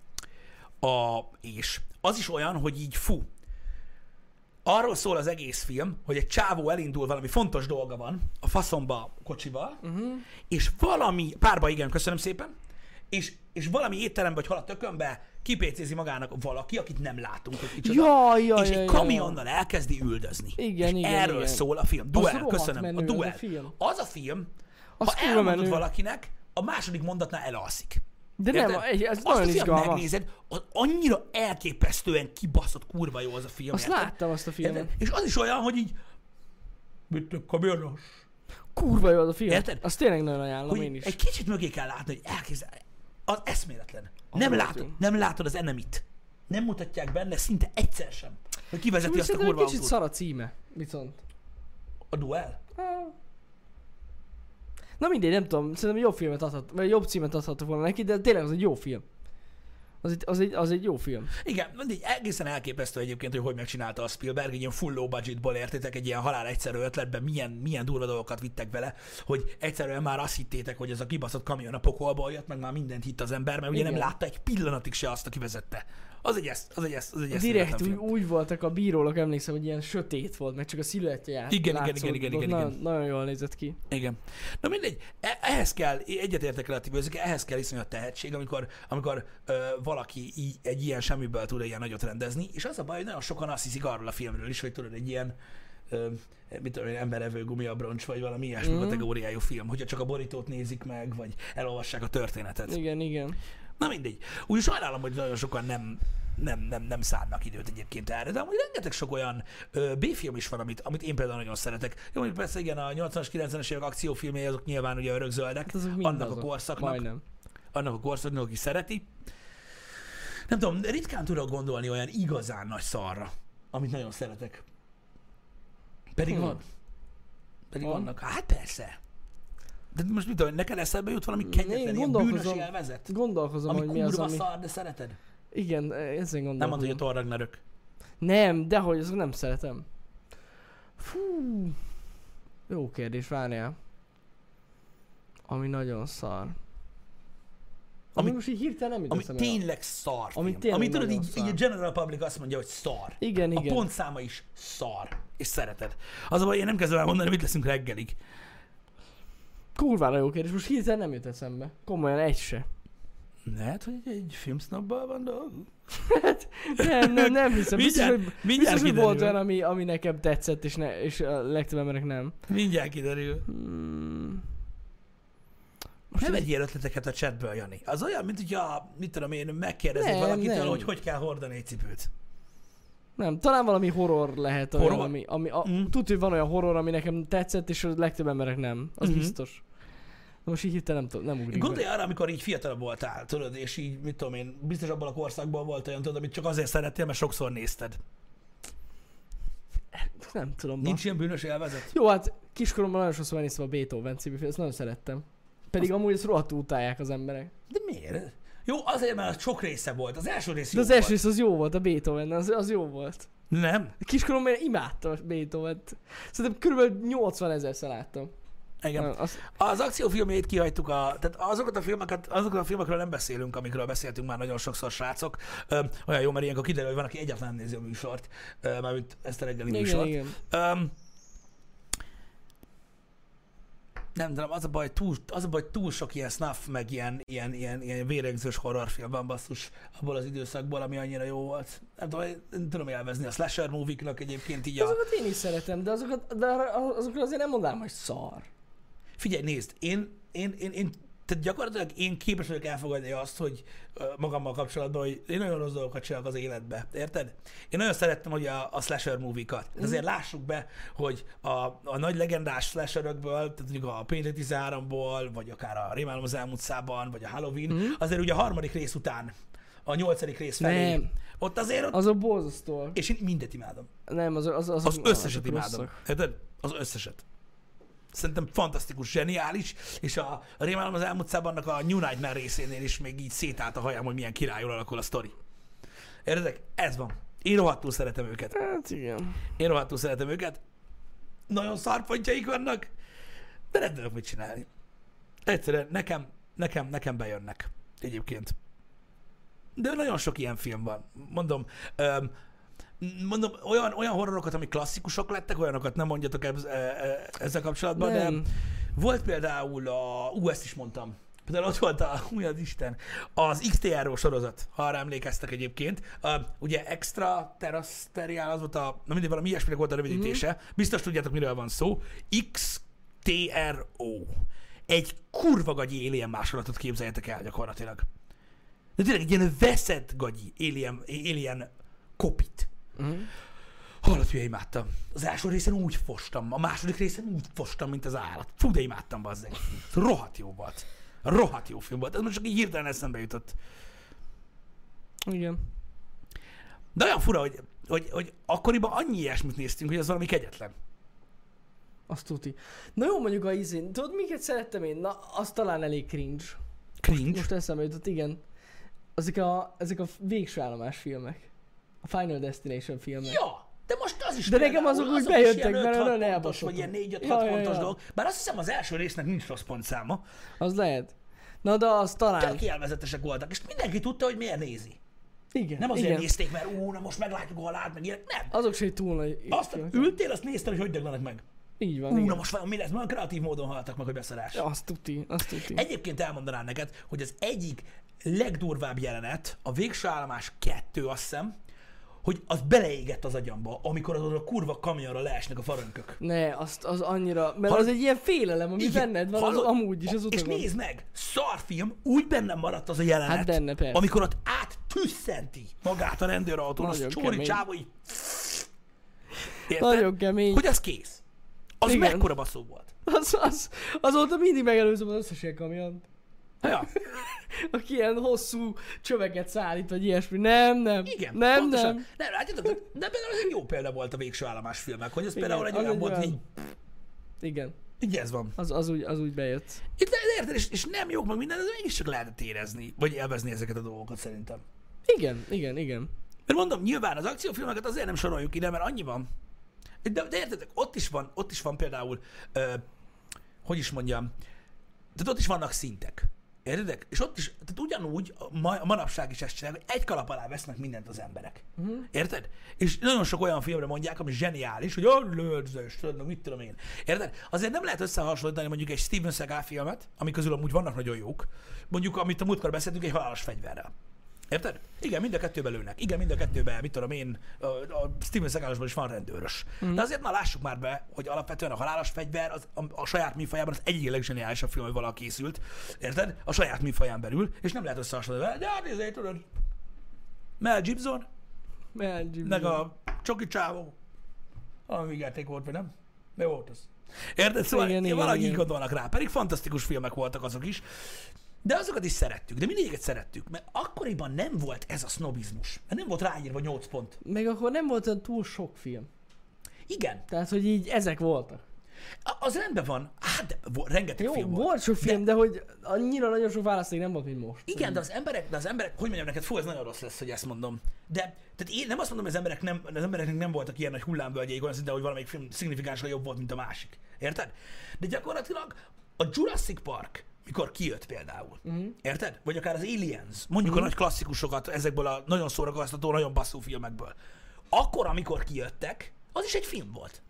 és az is olyan, hogy így arról szól az egész film, hogy egy csávó elindul, valami fontos dolga van, a faszomba kocsival, és valami, párba igen, köszönöm szépen, és valami étterembe, vagy hol a tökönbe kipécézi magának valaki, akit nem látunk, hogy kicsoda, és egy kamionnal elkezdi üldözni. Igen, és igen, erről igen. szól a film. Duel, rohadt köszönöm. menő, A az a Duel. film. Az a film, Az ha kurva elmondod menő. valakinek, a második mondatnál elalszik. De Érted? nem, ez Azt nagyon a film izgalmas. megnézed, az annyira elképesztően kibaszott kurva jó az a film. Azt érted? láttam, azt a filmet. Érted? És az is olyan, hogy így mit a kamionos. Kurva jó az a film. Érted? Azt tényleg nagyon ajánlom én Hogy is. egy kicsit mögé kell látni, hogy elképzelni. Az eszméletlen. Az Nem látod az enemit. Nem mutatják benne szinte egyszer sem, hogy kivezeti azt a Szerintem kurva egy kicsit autót. szar a címe. Viszont. A Duel? Na mindegy, nem tudom, szerintem jobb filmet adhat, vagy jobb címet adhattak volna neki, de tényleg az egy jó film. Az egy jó film. Igen, mindegy, egészen elképesztő egyébként, hogy megcsinálta a Spielberg, egy ilyen full low budgetból, értétek, egy ilyen halál egyszerű ötletben milyen durva dolgokat vittek vele, hogy egyszerűen már azt hittétek, hogy ez a kibaszott kamion a pokolból jött, meg már mindent hitt az ember, mert ugye Igen. nem látta egy pillanatig se azt, aki vezette. Az egy Direkt eszméletlen film. úgy voltak a bírólok, emlékszem, hogy ilyen sötét volt, meg csak a sziluettje járt. Igen. Nagyon jól nézett ki. Igen. Na mindegy, ehhez kell, egyetértek relatív, ehhez kell iszonyat tehetség, amikor valaki egy ilyen semmiből tud ilyen nagyot rendezni, és az a baj, hogy nagyon sokan azt hiszik arról a filmről is, hogy tudod, egy ilyen mit tudom én, emberevő gumiabroncs, vagy valami ilyesmi kategóriájú film, hogyha csak a borítót nézik meg, vagy elolvassák a történetet. Igen. Na mindegy. Úgy sajnálom, hogy nagyon sokan nem szánnak időt egyébként erre, de amúgy rengeteg sok olyan B-film is van, amit én például nagyon szeretek. Jó, mondjuk persze igen, a 80-as, 90-es évek akciófilmjei azok nyilván ugye örökzöldek, Hát azok mind annak azok. a korszaknak, Majdnem. annak a korszaknak, aki szereti. Nem tudom, ritkán tudok gondolni olyan igazán nagy szarra, amit nagyon szeretek. Pedig van. Pedig Van? vannak. Hát persze. De most mit tudom, neked eszedbe jut valami kegyetlen, ilyen bűnös élvezet? Gondolkozom, Ami hogy mi az, kurva ami... szar, de szereted? Igen, ezen gondolkozom. Nem mondod, hogy a Thor Ragnarök. Nem, dehogy, azt nem szeretem. Fú. Jó kérdés, várjál. Ami nagyon szar. Ami most így hirtelen nem jut Ami eszembe. tényleg szar Ami film. tényleg Ami tudod, nagyon így szar. a General Public azt mondja, hogy szar. Igen. A pontszáma is szar. És szereted. Az a baj, én nem kezdem el mondani, mit leszünk reggelig. Kurvára jó kérdés, most hirtelen nem jut eszembe. Komolyan egy se. Lehet, hogy egy filmsznabbal van dolgunk? Nem hiszem. Biztos, hogy mindjárt volt kiderül. olyan, ami nekem tetszett, és a legtöbb emberek nem. Mindjárt kiderül. Most Nem ez- vegyél ötleteket a chatből, Jani. Az olyan, mint hogyha, mit tudom én, megkérdezed Nem, valakitől, nem. hogy kell hordani egy cipőt. Nem, talán valami horror lehet olyan, Horror? ami Mm. tudod, hogy van olyan horror, ami nekem tetszett, és a legtöbb emberek nem. Az Mhm. biztos. De most így hirtelen nem ugrik Gondolj arra, amikor így fiatalabb voltál, tudod, és így, mit tudom én, biztos abban a korszakban volt olyan, tudod, amit csak azért szerettél, mert sokszor nézted. be. Nem tudom. Nincs ilyen bűnös élvezet? Jó, hát kiskoromban nagyon sokszor megnéztem a Beethoven című filmet, ezt nagyon szerettem. Pedig amúgy ezt rohadtul utálják az emberek. De miért? Jó, azért, mert sok része volt. Az első rész De jó az első volt. rész az jó volt, a Beethoven, az jó volt. Nem? Kiskoromban én imádtam a Beethovent. Szerintem kb. 80 000-szer láttam. Igen. Az akciófilmjét kihagytuk, tehát azokat a filmekről nem beszélünk, amikről beszéltünk már nagyon sokszor, srácok. Olyan jó, mert ilyenkor kiderül, hogy van, aki egyáltalán nem nézi a műsort, mármint ezt a reggeli műsort. Igen. Nem tudom, az a baj, túl sok ilyen snuff, meg ilyen vérengzős horrorfilm van, basszus, abból az időszakból, ami annyira jó volt. Nem tudom élvezni a slasher movie-knak egyébként így Azokat én is szeretem, de azokra azért nem mondanám, hogy szar. Figyelj, nézd, én tehát gyakorlatilag én képes vagyok elfogadni azt, hogy magammal kapcsolatban, hogy én nagyon rossz dolgokat csinálok az életbe. Érted? Én nagyon szerettem, hogy a slasher movie-kat. Azért lássuk be, hogy a nagy legendás slasherökből, tehát mondjuk a Péntek 13-ból, vagy akár a Rémálom az elmúlt szában, vagy a Halloween, azért ugye a harmadik rész után, a 8. rész felé, Nem. ott azért... Az a borzasztó. És én mindet imádom. Nem, Az összeset imádom. Érted? Az összeset. Szerintem fantasztikus, zseniális, és a Rémálom az elmúlt szában annak a New Nightmare részénél is még így szétállt a hajam, hogy milyen királyul alakul a sztori. Érted? Ez van. Én rohadtul szeretem őket. Hát igen. Én rohadtul szeretem őket. Nagyon szarpontjaik vannak, de nem tudok mit csinálni. Egyszerűen nekem bejönnek egyébként. De nagyon sok ilyen film van. Mondom, olyan horrorokat, amik klasszikusok lettek, olyanokat nem mondjatok ezzel kapcsolatban, Nem. de volt például ezt is mondtam. Például ott volt az XTRO sorozat, ha arra emlékeztek egyébként. Ugye Extra Terrestrial, az volt mindig valami ilyesminek volt a rövidítése. Biztos tudjátok, miről van szó. XTRO. Egy kurva gagyi alien másolatot képzeljetek el gyakorlatilag. De tényleg egy ilyen veszett gagyi alien kopit. Hallott, hogy imádtam. Az első részen úgy fostam, a második részen úgy fostam, mint az állat. Fú, de imádtam, bazzeg. Rohadt jó volt. Rohadt jó film volt. Ez most csak így hirtelen eszembe jutott. Igen. De olyan fura, hogy akkoriban annyi ilyesmit néztünk, hogy az valami kegyetlen. Azt tuti. Na jó, mondjuk a izén. Tudod, miket szerettem én? Na, az talán elég cringe. Cringe? Most eszembe jutott, igen. Ezek a végső állomás filmek. A Final Destination filmek. Ja, de most az is De nekem azok úgy bejöttek, mert olyan elbaszottak. Vagy ilyen 4-5-6 Ja. pontos dolog. Bár azt hiszem az első résznek nincs rossz pontszáma. Az lehet. Na, de az talán... Tök élvezetesek voltak, és mindenki tudta, hogy miért nézi. Igen, Nem azért igen. nézték, mert na most meglátjuk a halált, meg ilyenek. Nem. Azok se egy túl nagy... Azt ültél, azt nézted, hogy döglenek meg. Így van, Na igen. most mi lesz? Olyan kreatív módon haltak meg, hogy beszarás. Azt tuti, azt tuti. Egyébként elmondanám neked, hogy az egyik legdurvább jelenet, a Végső állomás 2, azt hiszem, hogy az beleégett az agyamba, amikor az a kurva kamionra leesnek a farönkök. Ne, az annyira... Mert az egy ilyen félelem, ami benned van, az amúgy is az utakon. És nézd meg, szarfilm, úgy bennem maradt az a jelenet, Hát benne, persze. amikor ott áttüsszenti magát a rendőrautón, az Nagyon csóri kemény. csávó így... Érted? Nagyon kemény. Hogy az kész. Az Igen. mekkora baszó volt. Azóta mindig megelőzöm az összes ilyen kamiont. Ja. Aki ilyen hosszú csöveket szállít, vagy ilyesmi. Nem. Igen, Nem. pontosan. Nem, látjátok, de például ez egy jó példa volt a Végső állomás filmek, hogy ez Igen, például egy az olyan egy volt, hogy olyan- Igen. így ez van. Az úgy bejött. Itt érted, és nem jók meg minden, de mégiscsak lehetett érezni, vagy élvezni ezeket a dolgokat szerintem. Igen. Mert mondom, nyilván az akciófilmeket azért nem soroljuk ide, mert annyi van. De értedek, ott is van például, hogy is mondjam, tehát ott is vannak szintek. Értedek? És ott is, tehát ugyanúgy manapság is ezt csinálják, hogy egy kalap alá vesznek mindent az emberek. Érted? És nagyon sok olyan filmre mondják, ami zseniális, hogy lődzős, tudod, mit tudom én. Érted? Azért nem lehet összehasonlítani mondjuk egy Steven Seagal filmet, amik közül amúgy vannak nagyon jók, mondjuk, amit a múltkor beszéltünk, egy Halálos fegyverrel. Érted? Igen, mind a kettőben lőnek. Igen, mind a kettőben, mit tudom én, a Steven Seagalosban is van rendőrös. De azért már lássuk már be, hogy alapvetően a Halálos fegyver az, a saját műfajában az egyik leggeniálisabb film, hogy valaha készült. Érted? A saját műfaján belül, és nem lehet összehasonlítani. De hát ezért tudod, Mel Gibson, meg a Csoki csávó. Valami játék volt, vagy nem? Mi volt az? Érted? Szóval Igen, valahogy igen. így gondolnak rá. Pedig fantasztikus filmek voltak azok is. De azokat is szerettük, de mindegyiket szerettük, mert akkoriban nem volt ez a sznobizmus. Mert nem volt ráírva 8 pont. Meg akkor nem volt olyan túl sok film. Igen, Tehát, hogy így ezek voltak. az rendben van. Hát, de rengeteg Jó, film volt sok film, de hogy annyira nagyon sok választék nem volt, mint most. Igen, de az emberek, hogy mondjam neked, ez nagyon rossz lesz, hogy ezt mondom. De tehát én nem azt mondom, hogy az embereknek nem voltak ilyen nagy hullámvölgyeik, olyan szinte, hogy valamelyik film szignifikánsan jobb volt, mint a másik. Érted? De gyakorlatilag a Jurassic Park, mikor kijött például, érted? Vagy akár az Aliens, mondjuk a nagy klasszikusokat ezekből a nagyon szórakoztató, nagyon basszú filmekből. Akkor, amikor kijöttek, az is egy film volt.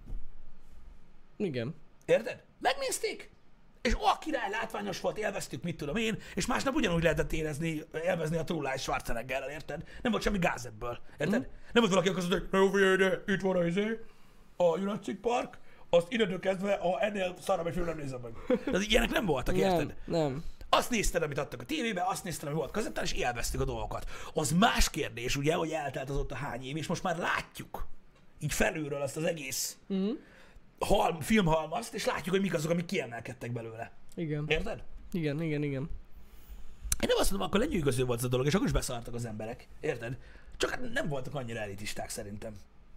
Igen. Érted? Megnézték, és király, látványos volt, élveztük, mit tudom én, és másnap ugyanúgy lehetett élvezni a True Lies Schwarzeneggerrel, érted? Nem volt semmi gáz ebből, érted? Nem volt valaki, aki azt mondta, hogy na jó, figyelj, de itt van a Jurassic Park, azt innentől kezdve, ennél szarabb egy film nem nézem meg. Tehát ilyenek nem voltak, érted? Nem. Azt nézted, amit adtak a tévébe, azt nézted, ami volt kazettán, és élveztük a dolgokat. Az más kérdés, ugye, hogy eltelt azóta hány év, és most már látjuk így felülről azt az egész filmhalmazt, és látjuk, hogy mik azok, amik kiemelkedtek belőle. Igen. Érted? Igen. Én nem azt mondom, akkor lenyűgöző volt ez a dolog, és akkor is beszartak az emberek. Érted? Csak hát nem voltak annyira elitisták szerintem.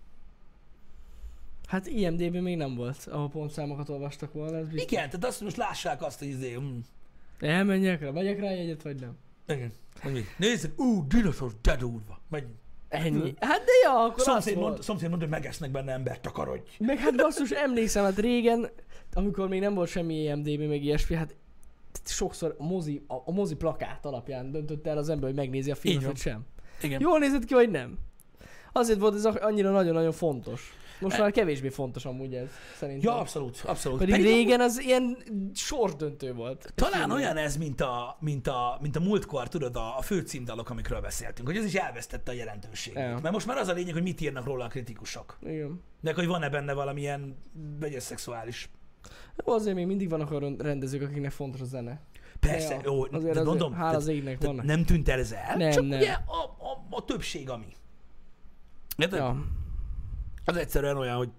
Hát IMDb még nem volt, ahol pontszámokat olvastak volna. Ez biztos. Igen, tehát azt most lássák azt, hogy Megyek rá egyet, vagy nem? Igen. Nézzük, dinoszaurusz, de durva. Menjünk. Ennyi. Hát de ja, akkor Szomszéd mondta, hogy megesznek benne embert, takarodj. Meg hát basszus, emlékszem, hát régen, amikor még nem volt semmi IMDb, meg ilyesmi, hát sokszor a mozi plakát alapján döntött el az ember, hogy megnézi a filmet, vagy sem. Igen. Jól nézett ki, vagy nem? Azért volt ez annyira nagyon-nagyon fontos. Most már kevésbé fontos amúgy ez, szerintem. Ja, abszolút. Pedig régen az ilyen sorsdöntő volt. Talán olyan ez, mint a múltkor, tudod, a főcímdalok, amikről beszéltünk, hogy ez is elvesztette a jelentőségét. Ja. Mert most már az a lényeg, hogy mit írnak róla a kritikusok. Igen. De hogy van-e benne valamilyen vegyes szexuális. Azért még mindig vannak olyan rendezők, akiknek fontos a zene. Persze, Ja, jó, azért de mondom, hála az égnek vannak. nem tűnt el ez el, Nem, csak nem. ugye a többség ami. Érted? Ja. Az egyszerűen olyan, hogy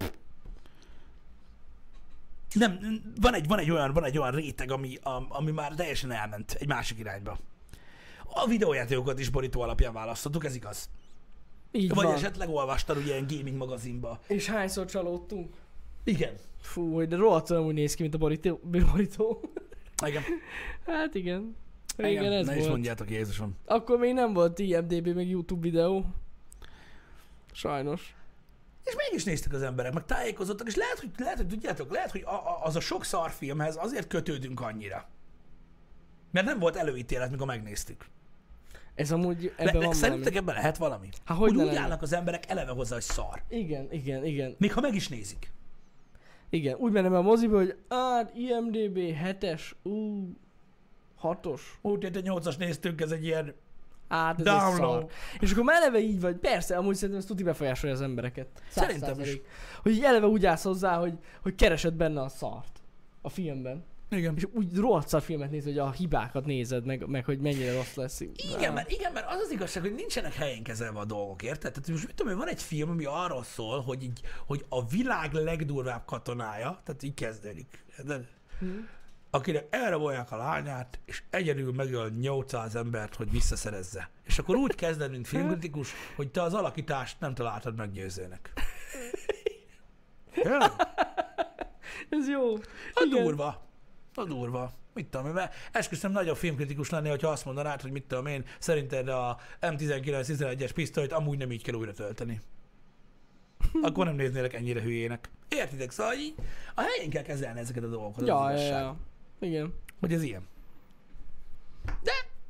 nem, van egy olyan réteg, ami már teljesen elment egy másik irányba. A videójátékokat is borító alapján választottuk, ez igaz. Így Vagy van. esetleg olvastad ugye ilyen gaming magazinba. És hányszor csalódtunk? Igen. Fú, de rohadtul úgy néz ki, mint a borító. Igen. Hát igen. Régen ez ne volt. is mondjátok, Jézusom. Akkor még nem volt IMDb meg YouTube videó. Sajnos. És mégis néztek az emberek, meg tájékozottak, és lehet, hogy tudjátok, lehet, hogy az a sok szarfilmhez azért kötődünk annyira. Mert nem volt előítélet, mikor megnéztük. Ez amúgy ebben van Szerintek valami. ebben lehet valami? Há, hogy ne úgy lenne? állnak az emberek eleve hozzá, hogy szar. Igen. Még ha meg is nézik. Igen, úgy menem a moziba, hogy IMDb 7-es, 6-os. Úgy, de 8-as néztünk, ez egy ilyen Ez egy download. szar. És akkor már eleve így vagy, persze, amúgy szerintem ez tuti befolyásolja az embereket. Szerintem is. 100%. Hogy így eleve úgy állsz hozzá, hogy keresed benne a szart a filmben. Igen. És úgy rohadt szar filmet nézed, hogy a hibákat nézed, meg hogy mennyire rossz lesz. Igen, mert az az igazság, hogy nincsenek helyén kezelve a dolgok, érted? Tehát most mit tudom, hogy van egy film, ami arról szól, hogy a világ legdurvább katonája, tehát így kezdődik, érted? Akinek elrabolják a lányát, és egyedül megöl 800 embert, hogy visszaszerezze. És akkor úgy kezded, mint filmkritikus, hogy te az alakítást nem találtad meggyőzőnek. Tényleg? Ez jó. A Igen. durva. A durva. Mit tudom én, mert esküszöm nagyobb filmkritikus lenni, hogyha azt mondanád, hogy mit tudom én, szerinted a M19-11-es pisztolyt amúgy nem így kell újra tölteni. Akkor nem néznélek ennyire hülyének. Értitek? Szóval így a helyén kell kezelni ezeket a dolgokat. Az igazság. Ja. Igen. Hogy ez ilyen. De...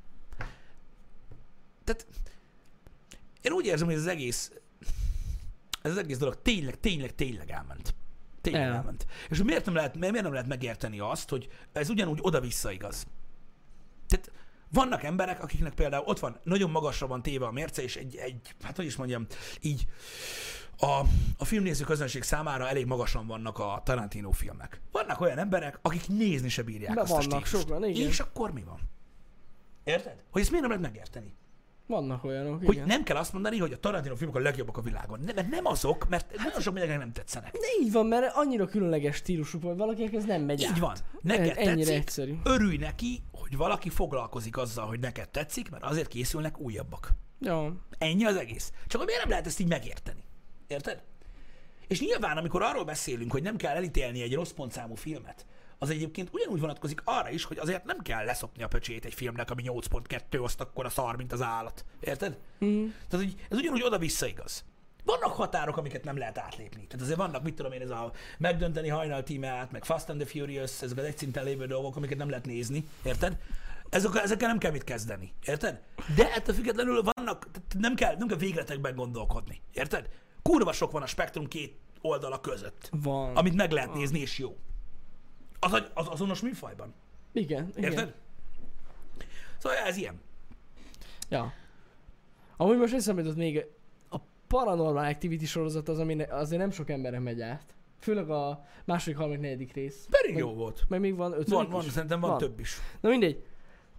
Tehát... Én úgy érzem, hogy ez az egész dolog tényleg elment. Tényleg Ja. elment. És hogy miért nem lehet megérteni azt, hogy ez ugyanúgy oda-vissza igaz. Tehát vannak emberek, akiknek például ott van, nagyon magasra van téve a mérce, és hát hogy is mondjam, így a filmnéző közönség számára elég magasan vannak a Tarantino filmek. Vannak olyan emberek, akik nézni se bírják De azt a vannak stílust. sokan, igen. És akkor mi van? Érted? Hogy ezt miért nem lehet megérteni? Vannak olyanok, Hogy igen. nem kell azt mondani, hogy a Tarantino filmek a legjobbak a világon. Mert nem azok, mert nagyon sok mindenkinek nem tetszenek. De így van, mert annyira különleges stílusuk van, valakinek ez nem megy át. Így van. Neked Ennyire tetszik, egyszerű. örülj neki, hogy valaki foglalkozik azzal, hogy neked tetszik, mert azért készülnek újabbak. Ja. Ennyi az egész. Csak hogy miért nem lehet ezt így megérteni? Érted? És nyilván, amikor arról beszélünk, hogy nem kell elítélni egy rossz pontszámú filmet, az egyébként ugyanúgy vonatkozik arra is, hogy azért nem kell leszopni a pöcsét egy filmnek, ami 8.2, azt akkor a szar, mint az állat. Érted? Tehát hogy ez ugyanúgy oda-vissza igaz. Vannak határok, amiket nem lehet átlépni. Tehát azért vannak, mit tudom én, ez a megdönteni Hajnal tímát, meg Fast and the Furious, ezek az egy szinten lévő dolgok, amiket nem lehet nézni. Érted? Ezekkel nem kell mit kezdeni. Érted? De ettől függetlenül vannak, nem kell végletekben gondolkodni. Érted? Kurva sok van a spektrum két oldala között, Van. amit meg lehet nézni, és jó. Az azonos műfajban. Igen. Érted? Szóval ez ilyen. Ja. Amúgy most eszembe jutott még a Paranormal Activity sorozat az, ami azért nem sok emberre megy át. Főleg a második, harmadik, negyedik rész. Pedig Meg- jó volt. Meg még van ötödik Van, is. szerintem van több is. Na mindegy.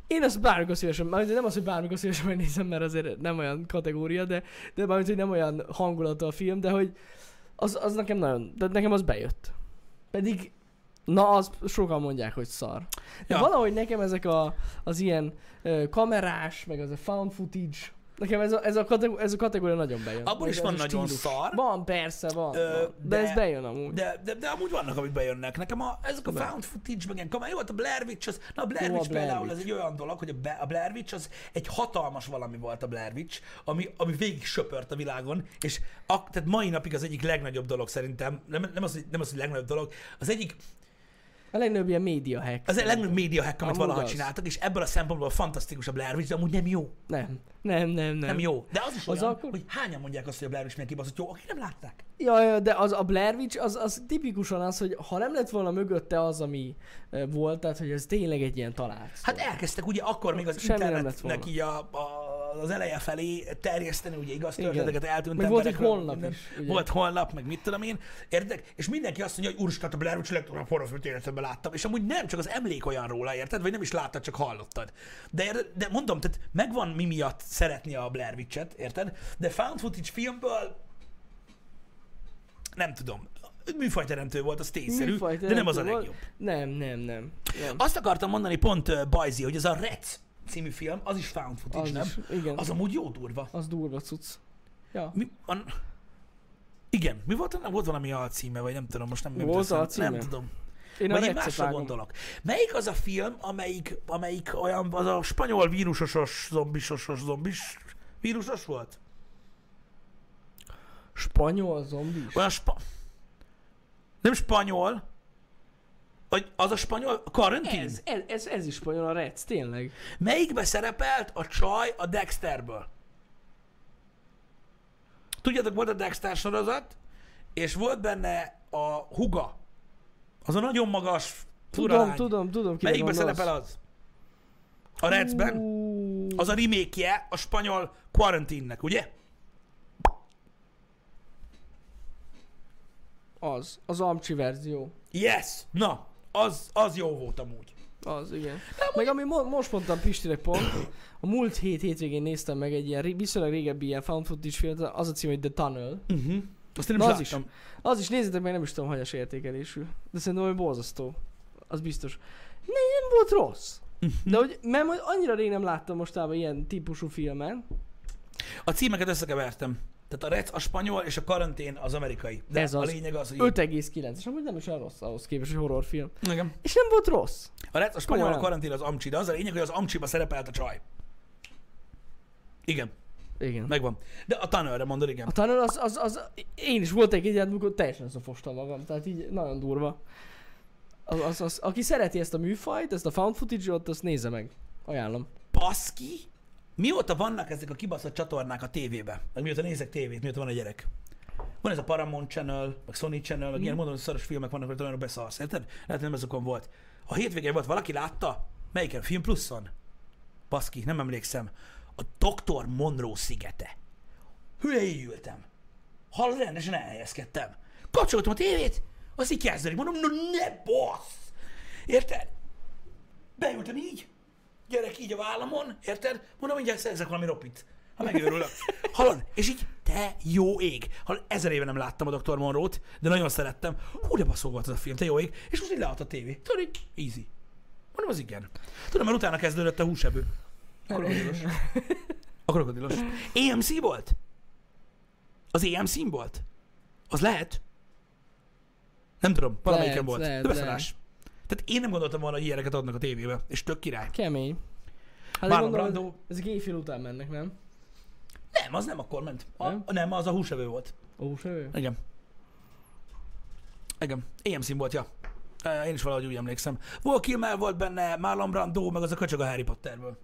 Én azt bármikor szívesen, nem az, hogy bármikor szívesen megnézem, mert azért nem olyan kategória, de bármint, hogy nem olyan hangulata a film, de hogy az nekem nagyon, de nekem az bejött. Pedig, na az sokan mondják, hogy szar. De valahogy nekem ezek az ilyen kamerás, meg az a found footage, nekem ez a kategória nagyon bejön. Abból is van nagyon szar. Van, persze, van. De ez bejön amúgy. De amúgy vannak, amik bejönnek. Nekem ezek a found footage, meg ilyen kamera, jó, a Blair Witch az, na a Blair Witch például ez egy olyan dolog, hogy a Blair Witch az egy hatalmas valami volt a Blair Witch, ami végig söpört a világon, és tehát mai napig az egyik legnagyobb dolog szerintem, nem az, hogy legnagyobb dolog, az egyik a legnagyobb ilyen média hack. Az a legnagyobb média hack, amit valaha csináltak, és ebből a szempontból fantasztikus a Blair Witch, de amúgy nem jó. Nem. Nem jó. De az is olyan, akkor... hogy hányan mondják azt, hogy a Blair Witch milyen kibaszott jó, akik nem látták. Ja, de a Blair Witch az tipikusan az, hogy ha nem lett volna mögötte az, ami volt, tehát hogy ez tényleg egy ilyen talált. Hát elkezdtek ugye akkor még az internetnek így az eleje felé terjeszteni, ugye igaz történeteket eltűnt meg volt egy holnap is. Ugye? Volt holnap, meg mit tudom én, érted? És mindenki azt mondja, hogy úristen, a Blair Witch legtöbb horrorfilmet életemben láttam, és amúgy nem csak az emlék olyan róla, érted? Vagy nem is láttad, csak hallottad. De mondom, tehát megvan mi miatt szeretni a Blair Witch-et, érted? De found footage filmből nem tudom. Műfajteremtő volt, az tényszerű, de nem az a legjobb. Nem. Azt akartam mondani pont Bajzi, hogy ez a Rec című film, az is found footage, nem? Igen. Az amúgy jó durva. Az durva cucc. Ja. Igen, mi volt? Nem volt valami alcíme, vagy nem tudom, most nem nem tudom. Én másra gondolok. Melyik az a film, amelyik olyan, az a spanyol vírusos zombis vírusos volt? Spanyol zombis? Olyan nem spanyol, vagy az a spanyol Quarantine? Ez is spanyol, a Rec, tényleg. Melyikbe szerepelt a csaj a Dexterből? Tudjátok, volt a Dexter sorozat, és volt benne a húga. Az a nagyon magas furalány. Tudom. Melyikbe szerepel az? A Recben? Az a remake-je a spanyol Quarantine-nek, ugye? Az amcsi verzió. Yes! Na, az jó volt amúgy. Az, igen. Meg ami most mondtam Pistinek pont, a múlt hétvégén néztem meg egy ilyen viszonylag régebbi ilyen found footage filmet, az a cím, hogy The Tunnel. Azt én nem is láttam. Az is nézzétek meg, nem is tudom, hanyas értékelésű. De szerintem olyan borzasztó. Az biztos. Nem volt rossz. De hogy, mert annyira rég nem láttam mostában ilyen típusú filmen. A címeket összekevertem. Tehát a Rec a spanyol, és a Karantén az amerikai. De ez a lényeg az, hogy... 5,9, és amúgy nem is olyan rossz ahhoz képest, hogy horrorfilm. Igen. És nem volt rossz. A Rec a spanyol, a Karantén az amcsi, de az a lényeg, hogy az amcsiba szerepelt a csaj. Igen. Megvan. De a Tunnelre mondod, igen. A Tunnel az én is volt egy ilyen, amikor teljesen összefostam magam, tehát így nagyon durva. Aki szereti ezt a műfajt, ezt a found footage-ot, azt nézze meg. Ajánlom. Baszki? Mióta vannak ezek a kibaszott csatornák a tévébe? Meg mióta nézek tévét, mióta van a gyerek? Van ez a Paramount Channel, meg Sony Channel, meg ilyen mondom, szaros filmek vannak, hogy olyanok beszarsz, érted? Lehet, nem ezokon volt. A hétvégén volt, valaki látta? Melyiken? Film Pluszon? Baszki, nem emlékszem. A Dr. Monroe szigete. Hülyei ültem. Hallod, rendesen elhelyezkedtem. Kapcsoltam a tévét, azt így kezdődik. Mondom, no ne bassz! Érted? Beültem így, gyerek így a vállamon, érted? Mondom, mindjárt szerzek valami ropit. Ha megőrülök. Hallod? És így, te jó ég. Hallod, 1000 éve nem láttam a Dr. Monroe-t, de nagyon szerettem. Hú, de baszó volt az a film, te jó ég. És most így leállt a tévé. Tudod, így, easy. Mondom, az igen. Tudom, mert utána kezdődött a húsevő. A krokodilos. AMC volt? Az AMC-n volt? Az lehet? Nem tudom, valamelyiken volt. De beszarás. Tehát én nem gondoltam volna, hogy ilyeneket adnak a tévébe. És tök király. Kemény. Hát Marlon Brando. Ezek éjfél után mennek, nem? Nem, az nem akkor ment. Nem, az a húsevő volt. A húsevő? Igen. Igen. AMC-n volt, ja. Én is valahogy úgy emlékszem. Val Kilmer volt benne, Marlon Brando, meg az a köcsög a Harry Potterből.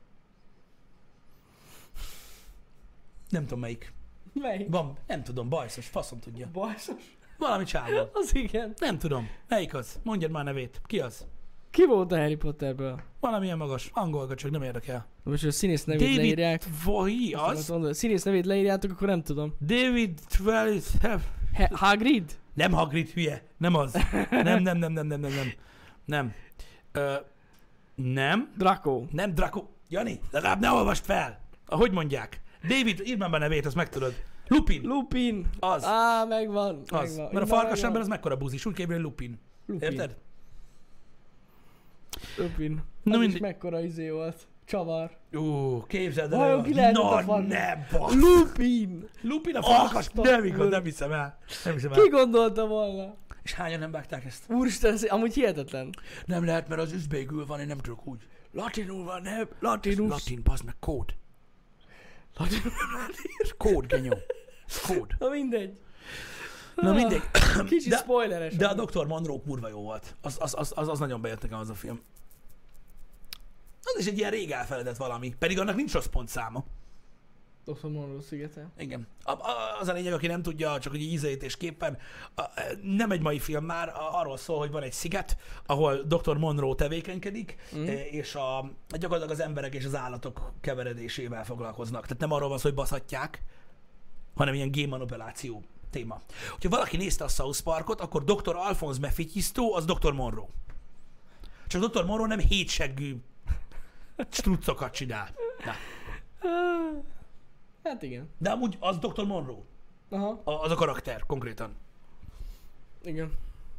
Nem tudom melyik. Melyik? Van, nem tudom, bajszos, faszom tudja. Bajszos? Valami csávó. Az igen. Nem tudom. Melyik az? Mondjad már nevét. Ki az? Ki volt a Harry Potterből? Valamilyen magas. Angol köcsög, nem érdekel. Most, hogy a színész nevét leírják. David az? Színész nevét leírjátok, akkor nem tudom. David Twellis. Hagrid? Nem Hagrid, hülye. Nem az. Nem. Nem. Draco. Nem Draco. Jani, legalább ne olvast fel. Ahogy mondják. David, írd már be nevét, azt megtudod. Lupin. Lupin. Az. Megvan. Az. Megvan. Mert a farkas ember az mekkora buzis, úgy képül, hogy Lupin. Lupin. Érted? Lupin. Na Az is mindegy. mekkora izé volt. Csavar. Képzeld el. Vajon ki lehetett a Na, farkas? ne, basz. Lupin! Lupin a farkas? Azt a Nem igaz, kurva. nem hiszem el. Nem hiszem el. Ki gondolta volna? És hányan nem vágták ezt? Úristen, ez amúgy hihetetlen. Nem lehet, mert az üzbégül van, én nem tudok úgy. Latinul van, nem? Latinus. Latin, bazd meg, kód. Kód, genyó. Kód. Na mindegy. Na mindegy. Kicsit De- spoileres. De a Dr. Monroe kurva jó volt. Az nagyon bejött nekem az a film. Az is egy ilyen rég elfeledett valami. Pedig annak nincs rossz pontszáma. Dr. Monroe szigete. Igen. Az a lényeg, aki nem tudja, csak hogy ízelítésképpen, nem egy mai film már, arról szól, hogy van egy sziget, ahol Dr. Monroe tevékenykedik, és gyakorlatilag az emberek és az állatok keveredésével foglalkoznak. Tehát nem arról van szó, hogy baszhatják, hanem ilyen génmanipuláció téma. Ha valaki nézte a South Parkot, akkor Dr. Alphonse Mephisto az Dr. Monroe. Csak Dr. Monroe nem hétseggű struccokat csinál. Na. Hát igen. De amúgy az Dr. Monroe. Aha. Az a karakter konkrétan. Igen.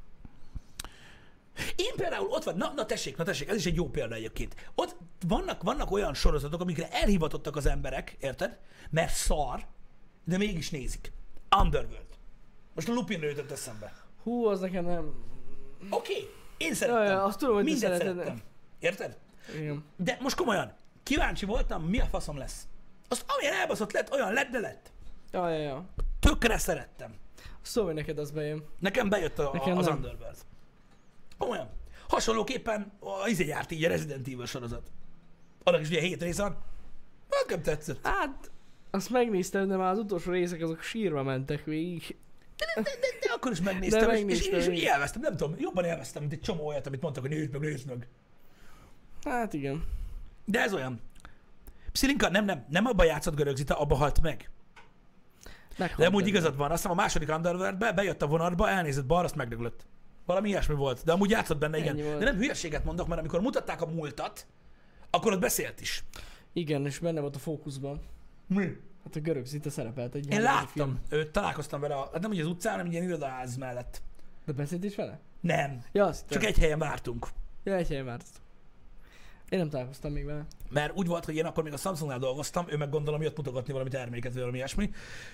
Én például ott van, na tessék, ez is egy jó példa egyébként. Ott vannak olyan sorozatok, amikre elhivatottak az emberek, érted? Mert szar, de mégis nézik. Underworld. Most a Lupinről jutott eszembe. Hú, az nekem nem... Oké, én szerettem. Ja, azt tudom, hogy te Mindet szereted. szerettem. Érted? Igen. De most komolyan, kíváncsi voltam, mi a faszom lesz. Azt amilyen elbaszott lett, olyan lett, de lett. Ja. Tökre szerettem. Szóval, hogy neked az bejön. Nekem bejött Nekem az nem. Underworld. Komolyan. Hasonlóképpen az járt így a Resident Evil sorozat. Annak is ugye 7 rész van. Nekem tetszett. Hát, azt megnéztem, de már az utolsó részek azok sírva mentek végig. De akkor is megnéztem, De és megnéztem én. élveztem. Nem tudom, jobban élveztem, mint egy csomó olyat, amit mondtak, hogy nézd meg. Hát igen. De ez olyan. Pszilinka, nem abban játszott Görög Zita, abba halt meg. De amúgy igazad van, azt hiszem a második Underworldbe bejött a vonatba, elnézett balra, azt megdöglött. Valami ilyesmi volt, de amúgy játszott benne, igen. Ennyi volt. De nem hülyeséget mondok, mert amikor mutatták a múltat, akkor ott beszélt is. Igen, és benne volt a fókuszban. Mi? Hát a görög Zita szerepelt egy Én Hollywoodi láttam, őt találkoztam vele, hát nem ugye az utcán, hanem egy ilyen irodaház mellett. De beszélt is vele? Nem, Ja, azt csak egy helyen vártunk. Ja, egy helyen várt. Én nem találkoztam még vele. Mert úgy volt, hogy én akkor még a Samsungnál dolgoztam, ő meg gondolom jött mutogatni valami terméket, vagy valami ilyesmi.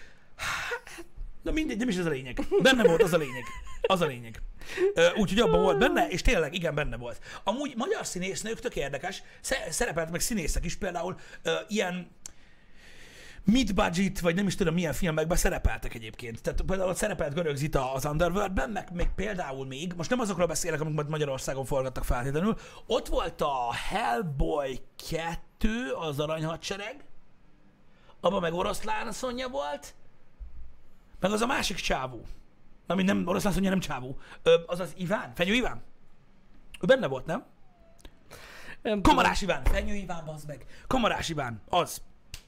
Na mindegy, nem is ez a lényeg. Benne volt, az a lényeg. Az a lényeg. Úgyhogy abban volt benne, és tényleg igen, benne volt. Amúgy magyar színésznők tök érdekes, szerepelt meg színészek is, például ilyen mid-budget, vagy nem is tudom milyen filmekben szerepeltek egyébként. Tehát például ott szerepelt Görög Zita az Underworldben, meg még például még, most nem azokról beszélek, amiket Magyarországon forgattak feltétlenül, ott volt a Hellboy 2, az Aranyhadsereg, abban meg Oroszlán Szonya volt, meg az a másik csávó. Ami nem, Oroszlán Szonya nem csávó. Az az Iván, Fenyő Iván? Ő benne volt, nem? Nem Kamarás Iván, Fenyő Iván, bazd meg. Kamarás Iván, az.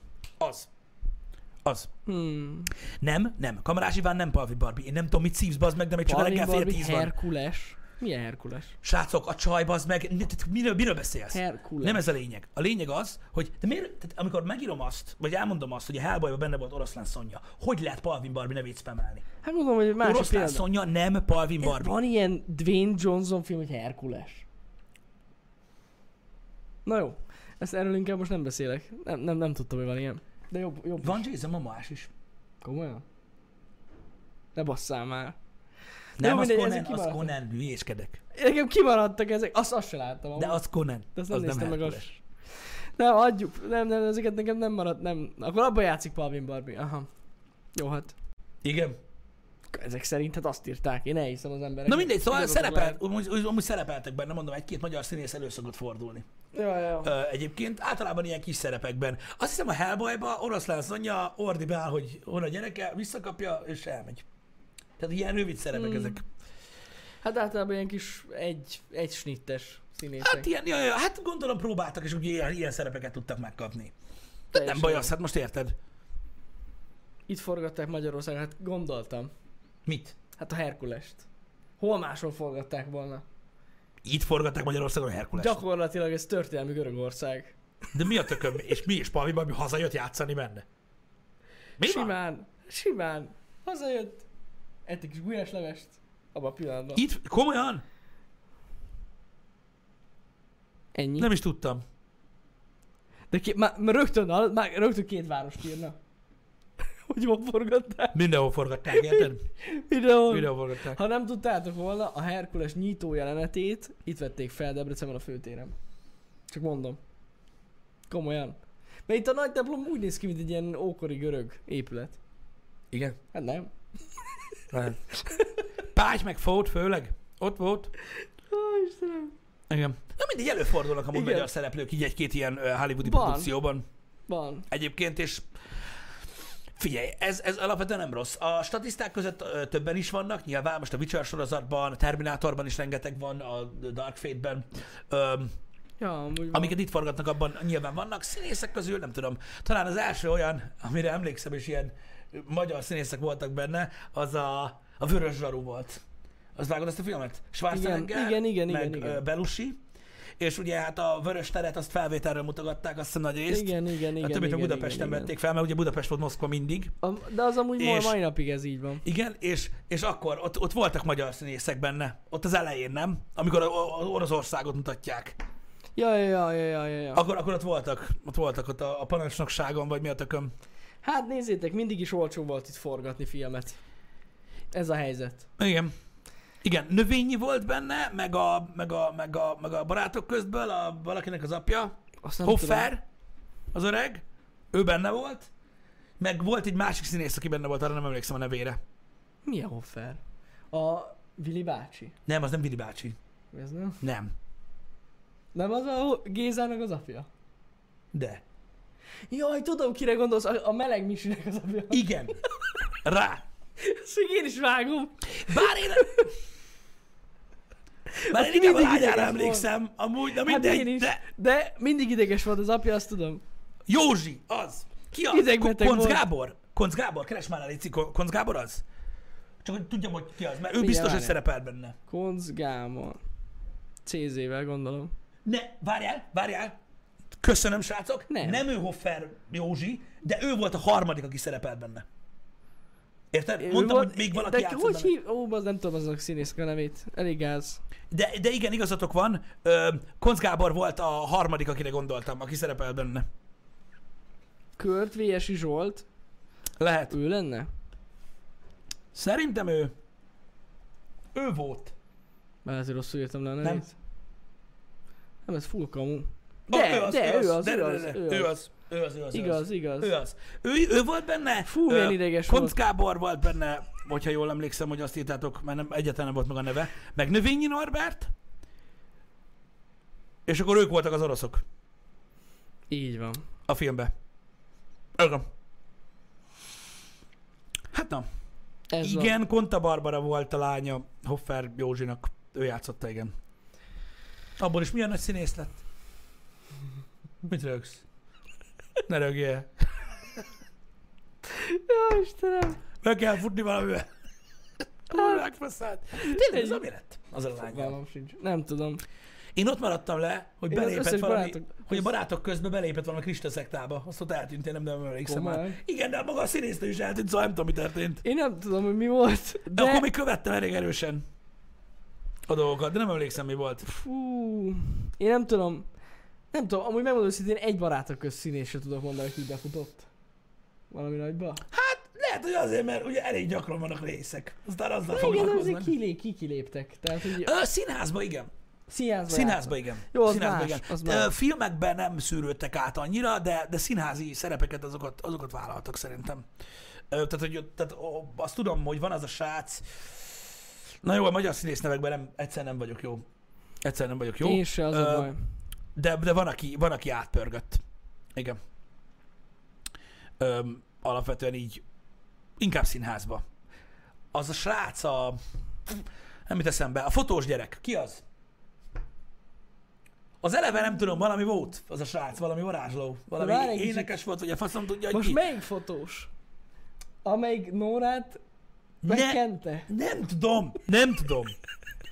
Nem. Kamarás Iván nem Palvi Barbie. Én nem tudom, mit szívsz, bazd meg, de még csak a Palvin reggel fél Barbie 10 van. Herkules. Milyen Herkules? Srácok, a csaj, bazd meg, miről beszélsz? Herkules. Nem ez a lényeg. A lényeg az, hogy de miért, tehát amikor megírom azt, vagy elmondom azt, hogy a Hellboyban benne volt Oroszlán Szonya, hogy lehet Palvin Barbie nevét spamelni? Hát mondom, hogy másik Oroszlán példa. Szonya nem Palvin Barbie. Van ilyen Dwayne Johnson film, hogy Herkules. Na jó, erről inkább most nem beszélek. Nem tudtam, hogy van ilyen. De jobb Van is. Jason Momoás is. Komolyan? Ne basszál már. Nem, Jó, az mindegy, Conan, ezek az kimaradtak. Conan, hülyéskedek. Nekem kimaradtak ezek, azt se láttam. De amúgy. az Conan, De azt az nem nem néztem meg azt. Herkules. Nem, adjuk. Nem, ezeket nekem nem maradt, nem. Akkor abban játszik Palvin Barbie. Aha. Jó, hát. Igen. Ezek szerint hát azt írták, én elhiszem az emberek. Na mindegy, szóval szerepelt, amúgy szerepeltek benne, mondom, egy-két magyar színész elő szokott fordulni. Ja. Egyébként általában ilyen kis szerepekben. Azt hiszem a Hellboyba Oroszlán Szonya ordibál, hogy hol a gyereke, visszakapja és elmegy. Tehát ilyen rövid szerepek ezek. Hát általában ilyen kis egy snittes színészek. Hát ilyen, hát gondolom próbáltak, és ugye ilyen szerepeket tudtak megkapni. De nem Teljesen baj jó. az, hát most érted. Itt forgatták Magyarországon, hát gondoltam. Mit? Hát a Herkulest. Hol máshol forgatták volna? Itt forgatták Magyarországon a Herkulest. Gyakorlatilag ez történelmi Görögország. De mi a tököm? És mi is Palmiban, mi hazajött játszani benne? Mi van? Simán. Hazajött. Ettek is gulyáslevest. Abban a pillanatban. Itt? Komolyan? Ennyi. Nem is tudtam. De már rögtön két város írna. Hogy hol forgatták. Mindenhol forgatták, érted? Mindenhol forgatták. Ha nem tudtátok volna, a Herkules nyitó jelenetét itt vették fel Debrecenben a főtéren. Csak mondom. Komolyan. Mert itt a nagy templom úgy néz ki, mint egy ilyen ókori görög épület. Igen? Hát nem. Páty meg Fót főleg. Ott volt. Ó, Istenem. Igen. Na mindig előfordulnak amúgy Igen. magyar szereplők így egy-két ilyen hollywoodi Van. produkcióban. Van. Egyébként, és figyelj, ez alapvetően nem rossz. A statiszták között többen is vannak, nyilván most a Witcher sorozatban, a Terminátorban is rengeteg van, a Dark Fate-ben. Ja, amúgy van. Amiket itt forgatnak, abban nyilván vannak színészek közül, nem tudom. Talán az első olyan, amire emlékszem, és ilyen magyar színészek voltak benne, az a Vörös Zsaru volt. Az vágod ezt a filmet? Schwarzenegger, igen. Belushi. És ugye hát a Vörös Teret azt felvételről mutogatták, azt hiszem nagy részt. Igen. A többit a Budapesten vették fel, mert ugye Budapest volt Moszkva mindig. De az amúgy És- mai napig ez így van. Igen, és akkor ott voltak magyar színészek benne. Ott az elején, nem? Amikor Oroszországot mutatják. Ja. Akkor ott voltak ott a parancsnokságon, vagy mi a tököm. Hát nézzétek, mindig is olcsó volt itt forgatni filmet. Ez a helyzet. Igen, Növényi volt benne, meg a barátok közből, valakinek az apja. Azt nem Hoffer, az öreg, ő benne volt. Meg volt egy másik színész, aki benne volt, arra nem emlékszem a nevére. Milyen Hoffer? A Vili bácsi? Nem, az nem Vili bácsi. Ez nem? Nem. Nem az a Gézának az apja? De. Jaj, tudom, kire gondolsz, a meleg Misinek az apja. Igen. Rá. Ezt még én is vágom. Bár én inkább a lányára emlékszem, amúgy, na Hát én mindegy, is, de mindig ideges volt az apja, azt tudom. Józsi, az. Ki az? Idegbeteg Konc volt. Gábor? Konc Gábor, keres már el, Léci, Konc Gábor az? Csak hogy tudjam, hogy ki az, mert ő Mindjárt biztos, hogy várjál. szerepel benne. Konc Gámor. CZ-vel gondolom. Ne, várjál. Köszönöm, srácok. Nem. ő Hoffer Józsi, de ő volt a harmadik, aki szerepelt benne. Érted? Ő Mondtam, volt- hogy még valaki de játszott hogy benne. hív? Ó, az nem tudom azok színészek a nevét. Elég gáz. De igen, igazatok van. Konc Gábor volt a harmadik, akire gondoltam, aki szerepelt benne. Kört V.S.I. Zsolt. Lehet. Ő lenne? Szerintem ő. Ő volt. Már azért rosszul írtam le a Nem. nevét. Nem, ez full kamu. Ő az. Igaz. Ő volt benne. Fú, milyen ideges Konc volt. Gábor volt benne, hogyha jól emlékszem, hogy azt írtátok, mert nem, egyáltalán nem volt meg a neve. Meg Növényi Norbert. És akkor ők voltak az oroszok Így van. a filmben. Igen. Hát na. Ez Igen, Konta Barbara volt a lánya Hoffer Józsinak. Ő játszotta, igen. Abból is milyen nagy színész lett. Mit rögsz? Ne rögjél. Jó, Istenem. Meg kell futni valamivel. Megfaszát. Tényleg ez ami lett? Az a lány. Fogalmam sincs. Nem tudom. Én ott maradtam le, hogy Én az belépett összes valami, barátok- hogy a barátok közben belépett valami Krista szektába. Azt ott eltűnt, én nem emlékszem már. Komolyan? Igen, de maga a színésznő is eltűnt, szóval nem tudom, mi történt. Én nem tudom, hogy mi volt, De akkor de... még követtem elég erősen a dolgokat, de nem emlékszem, mi volt. Fú, én nem tudom. Nem tudom, amúgy megmondom őszintén, egy barátok köz színésre tudok mondani, hogy befutott. Valami nagyba. Lehet, hogy azért, mert ugye elég gyakran vannak részek. Aztán azzal Igen, foglalkoznak. azért kiléptek. Tehát, hogy Színházba igen. színházba Igen. Jó, az Színházba, más, igen. az más. Filmekben nem szűrődtek át annyira, de színházi szerepeket azokat vállaltak szerintem. Tehát azt tudom, hogy van az a srác. Na jó, a magyar színésznevekben egyszer nem vagyok jó. Én se, az a baj. De van, aki átpörgött. Igen. Alapvetően így inkább színházba. Az a srác nem jut eszembe. A fotós gyerek. Ki az? Az eleve nem tudom, valami volt az a srác, valami varázsló. Valami Várj egy énekes kicsit. volt, vagy a faszom tudja, hogy Most ki. melyik fotós? Amelyik Nórát megkente? Nem tudom.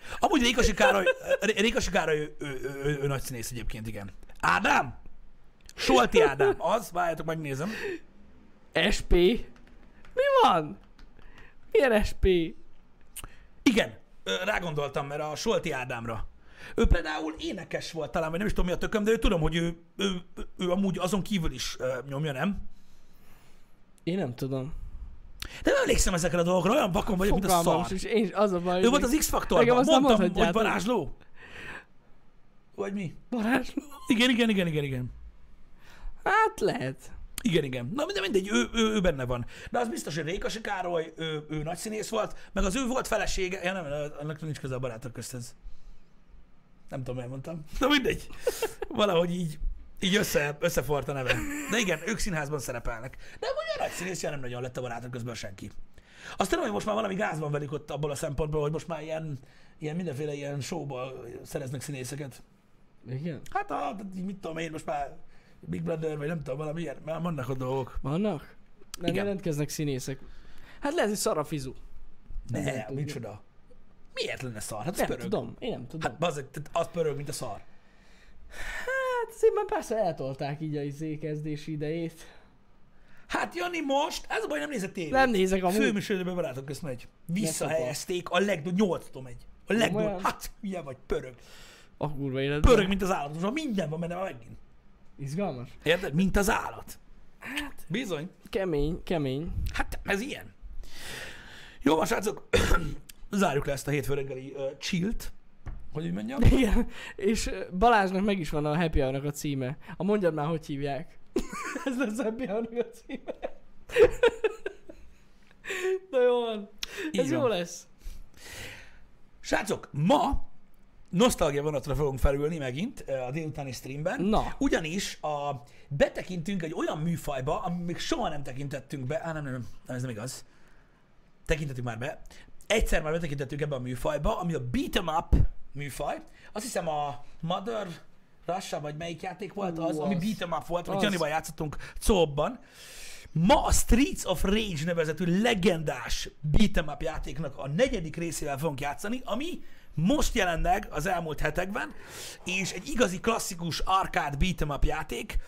Amúgy Rékasi Károly, ő nagy színész egyébként, igen. Ádám? Solti Ádám, az? Várjátok, megnézem. SP? Mi van? Milyen SP? Igen, rágondoltam, mert a Solti Ádámra. Ő például énekes volt talán, vagy nem is tudom mi a tököm, de ő tudom, hogy ő amúgy azon kívül is nyomja, nem? Én nem tudom. De nem emlékszem ezekre a dolgokra, olyan vakon vagyok, mint a szar. És én az a baj, Ő volt az X-faktorban, mondtam, hogy varázsló. Vagy mi? Varázsló? Igen. Hát lehet. Igen. Na de mindegy, ő benne van. De az biztos, hogy Rékasi Károly, ő nagy színész volt, meg az ő volt felesége, ja nem, annak nincs köze a barátok közthez. Nem tudom, elmondtam. Na mindegy. Valahogy így összefort a neve. De igen, ők színházban szerepelnek. De amúgy a nagy színész nem nagyon lett a barátok közben senki. Azt tudom, hogy most már valami gáz van velük ott abból a szempontból, hogy most már ilyen mindenféle ilyen showból szereznek színészeket. Igen? Hát mit tudom én, most már Big Brother, vagy nem tudom, valami ilyen, már vannak a dolgok. Vannak? Nem jelentkeznek színészek. Hát lehet, hogy szar a fizu. Ne, micsoda. Miért lenne szar? Hát ez pörög. Én nem tudom. Hát bazzeg, az pörög, mint a szar. Hát azért már persze eltolták így a kezdési idejét. Hát Jani most, ez a baj, nem nézek tévét. Nem nézek amúgy. Főműsorban barátok közt megy. Visszahelyezték a legnagyobb, 8-tól megy. A legnagyobb, hát hülye vagy, pörög. A kurva életben. Pörög, mint az állat. Most már minden van benne már megint. Izgalmas? Érted? Mint az állat. Hát, bizony. Kemény. Hát ez ilyen. Jó van, srácok. Zárjuk le ezt a hétfő reggeli chillt. Hogy úgy mondjam. Igen. És Balázsnak meg is van a Happy Hour-nak a címe. Mondjad már, hogy hívják. Ez lesz a Happy Hour-nak a címe. Na jó van. Ez jó lesz. Srácok, ma nosztalgia vonatra fogunk felülni megint a délutáni streamben. Na. Ugyanis betekintünk egy olyan műfajba, amit még soha nem tekintettünk be. Nem, ez nem igaz. Tekintettünk már be. Egyszer már betekintettünk ebbe a műfajba, ami a beat'em up műfaj. Azt hiszem a Mother Russia, vagy melyik játék volt az, ami beat'em up volt, vagy Janival játszottunk Coopban. Ma a Streets of Rage nevezetű legendás beat'em up játéknak a 4. részével fogunk játszani, ami most jelent meg az elmúlt hetekben, és egy igazi klasszikus arcade beat'em up játék,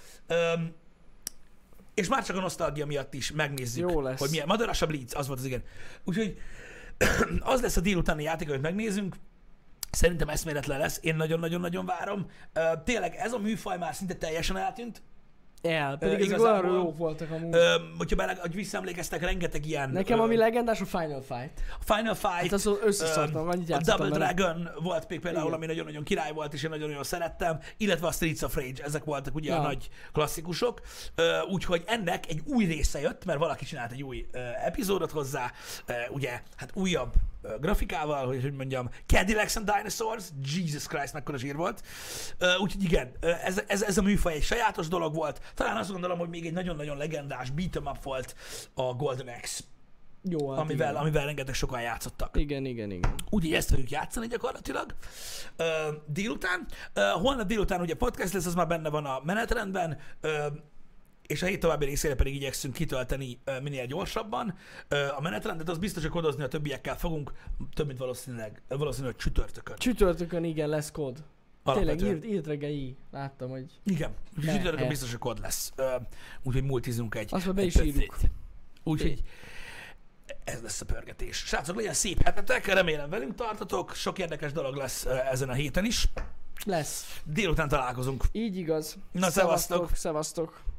és már csak a nosztalgia miatt is megnézzük, hogy milyen. Mother Russia Blitz, az volt az igen. Úgyhogy az lesz a délutáni játék, amit megnézünk. Szerintem eszméletlen lesz, én nagyon-nagyon-nagyon várom. Tényleg ez a műfaj már szinte teljesen eltűnt. Pedig ezek olyan jók voltak amúgy. Hogyha visszaemlékeztek, rengeteg ilyen... Nekem ami legendás a Final Fight. A Final Fight. Hát az összeszartam, annyit a játszottam Double Dragon volt még például, ami nagyon-nagyon király volt, és én nagyon-nagyon szerettem, illetve a Streets of Rage, ezek voltak ugye a nagy klasszikusok. Úgyhogy ennek egy új része jött, mert valaki csinált egy új epizódot hozzá, ugye, hát újabb grafikával, hogy mondjam, Cadillacs and Dinosaurs, Jesus Christ, mekkora zsír volt. Úgyhogy igen, ez a műfaj egy sajátos dolog volt. Talán azt gondolom, hogy még egy nagyon-nagyon legendás beat'em up volt a Golden Axe. Jó, hát amivel rengeteg sokan játszottak. Igen. Úgyhogy ezt fogjuk játszani gyakorlatilag. Délután. Holnap délután ugye podcast lesz, az már benne van a menetrendben. És a hét további részére pedig igyekszünk kitölteni minél gyorsabban. A menetrendet az biztos, hogy kodozni a többiekkel fogunk, több mint valószínűleg csütörtökön. Csütörtökön igen, lesz kód. Tényleg írt reggel láttam, hogy... Igen, csütörtökön biztos, hogy kód lesz. Úgyhogy multizunk egy... Azt be is írjuk. Úgyhogy ez lesz a pörgetés. Srácok, legyen szép hetetek, remélem velünk tartotok, sok érdekes dolog lesz ezen a héten is. Lesz. Délután találkozunk. Így igaz. Na, szevasztok! Szevasztok.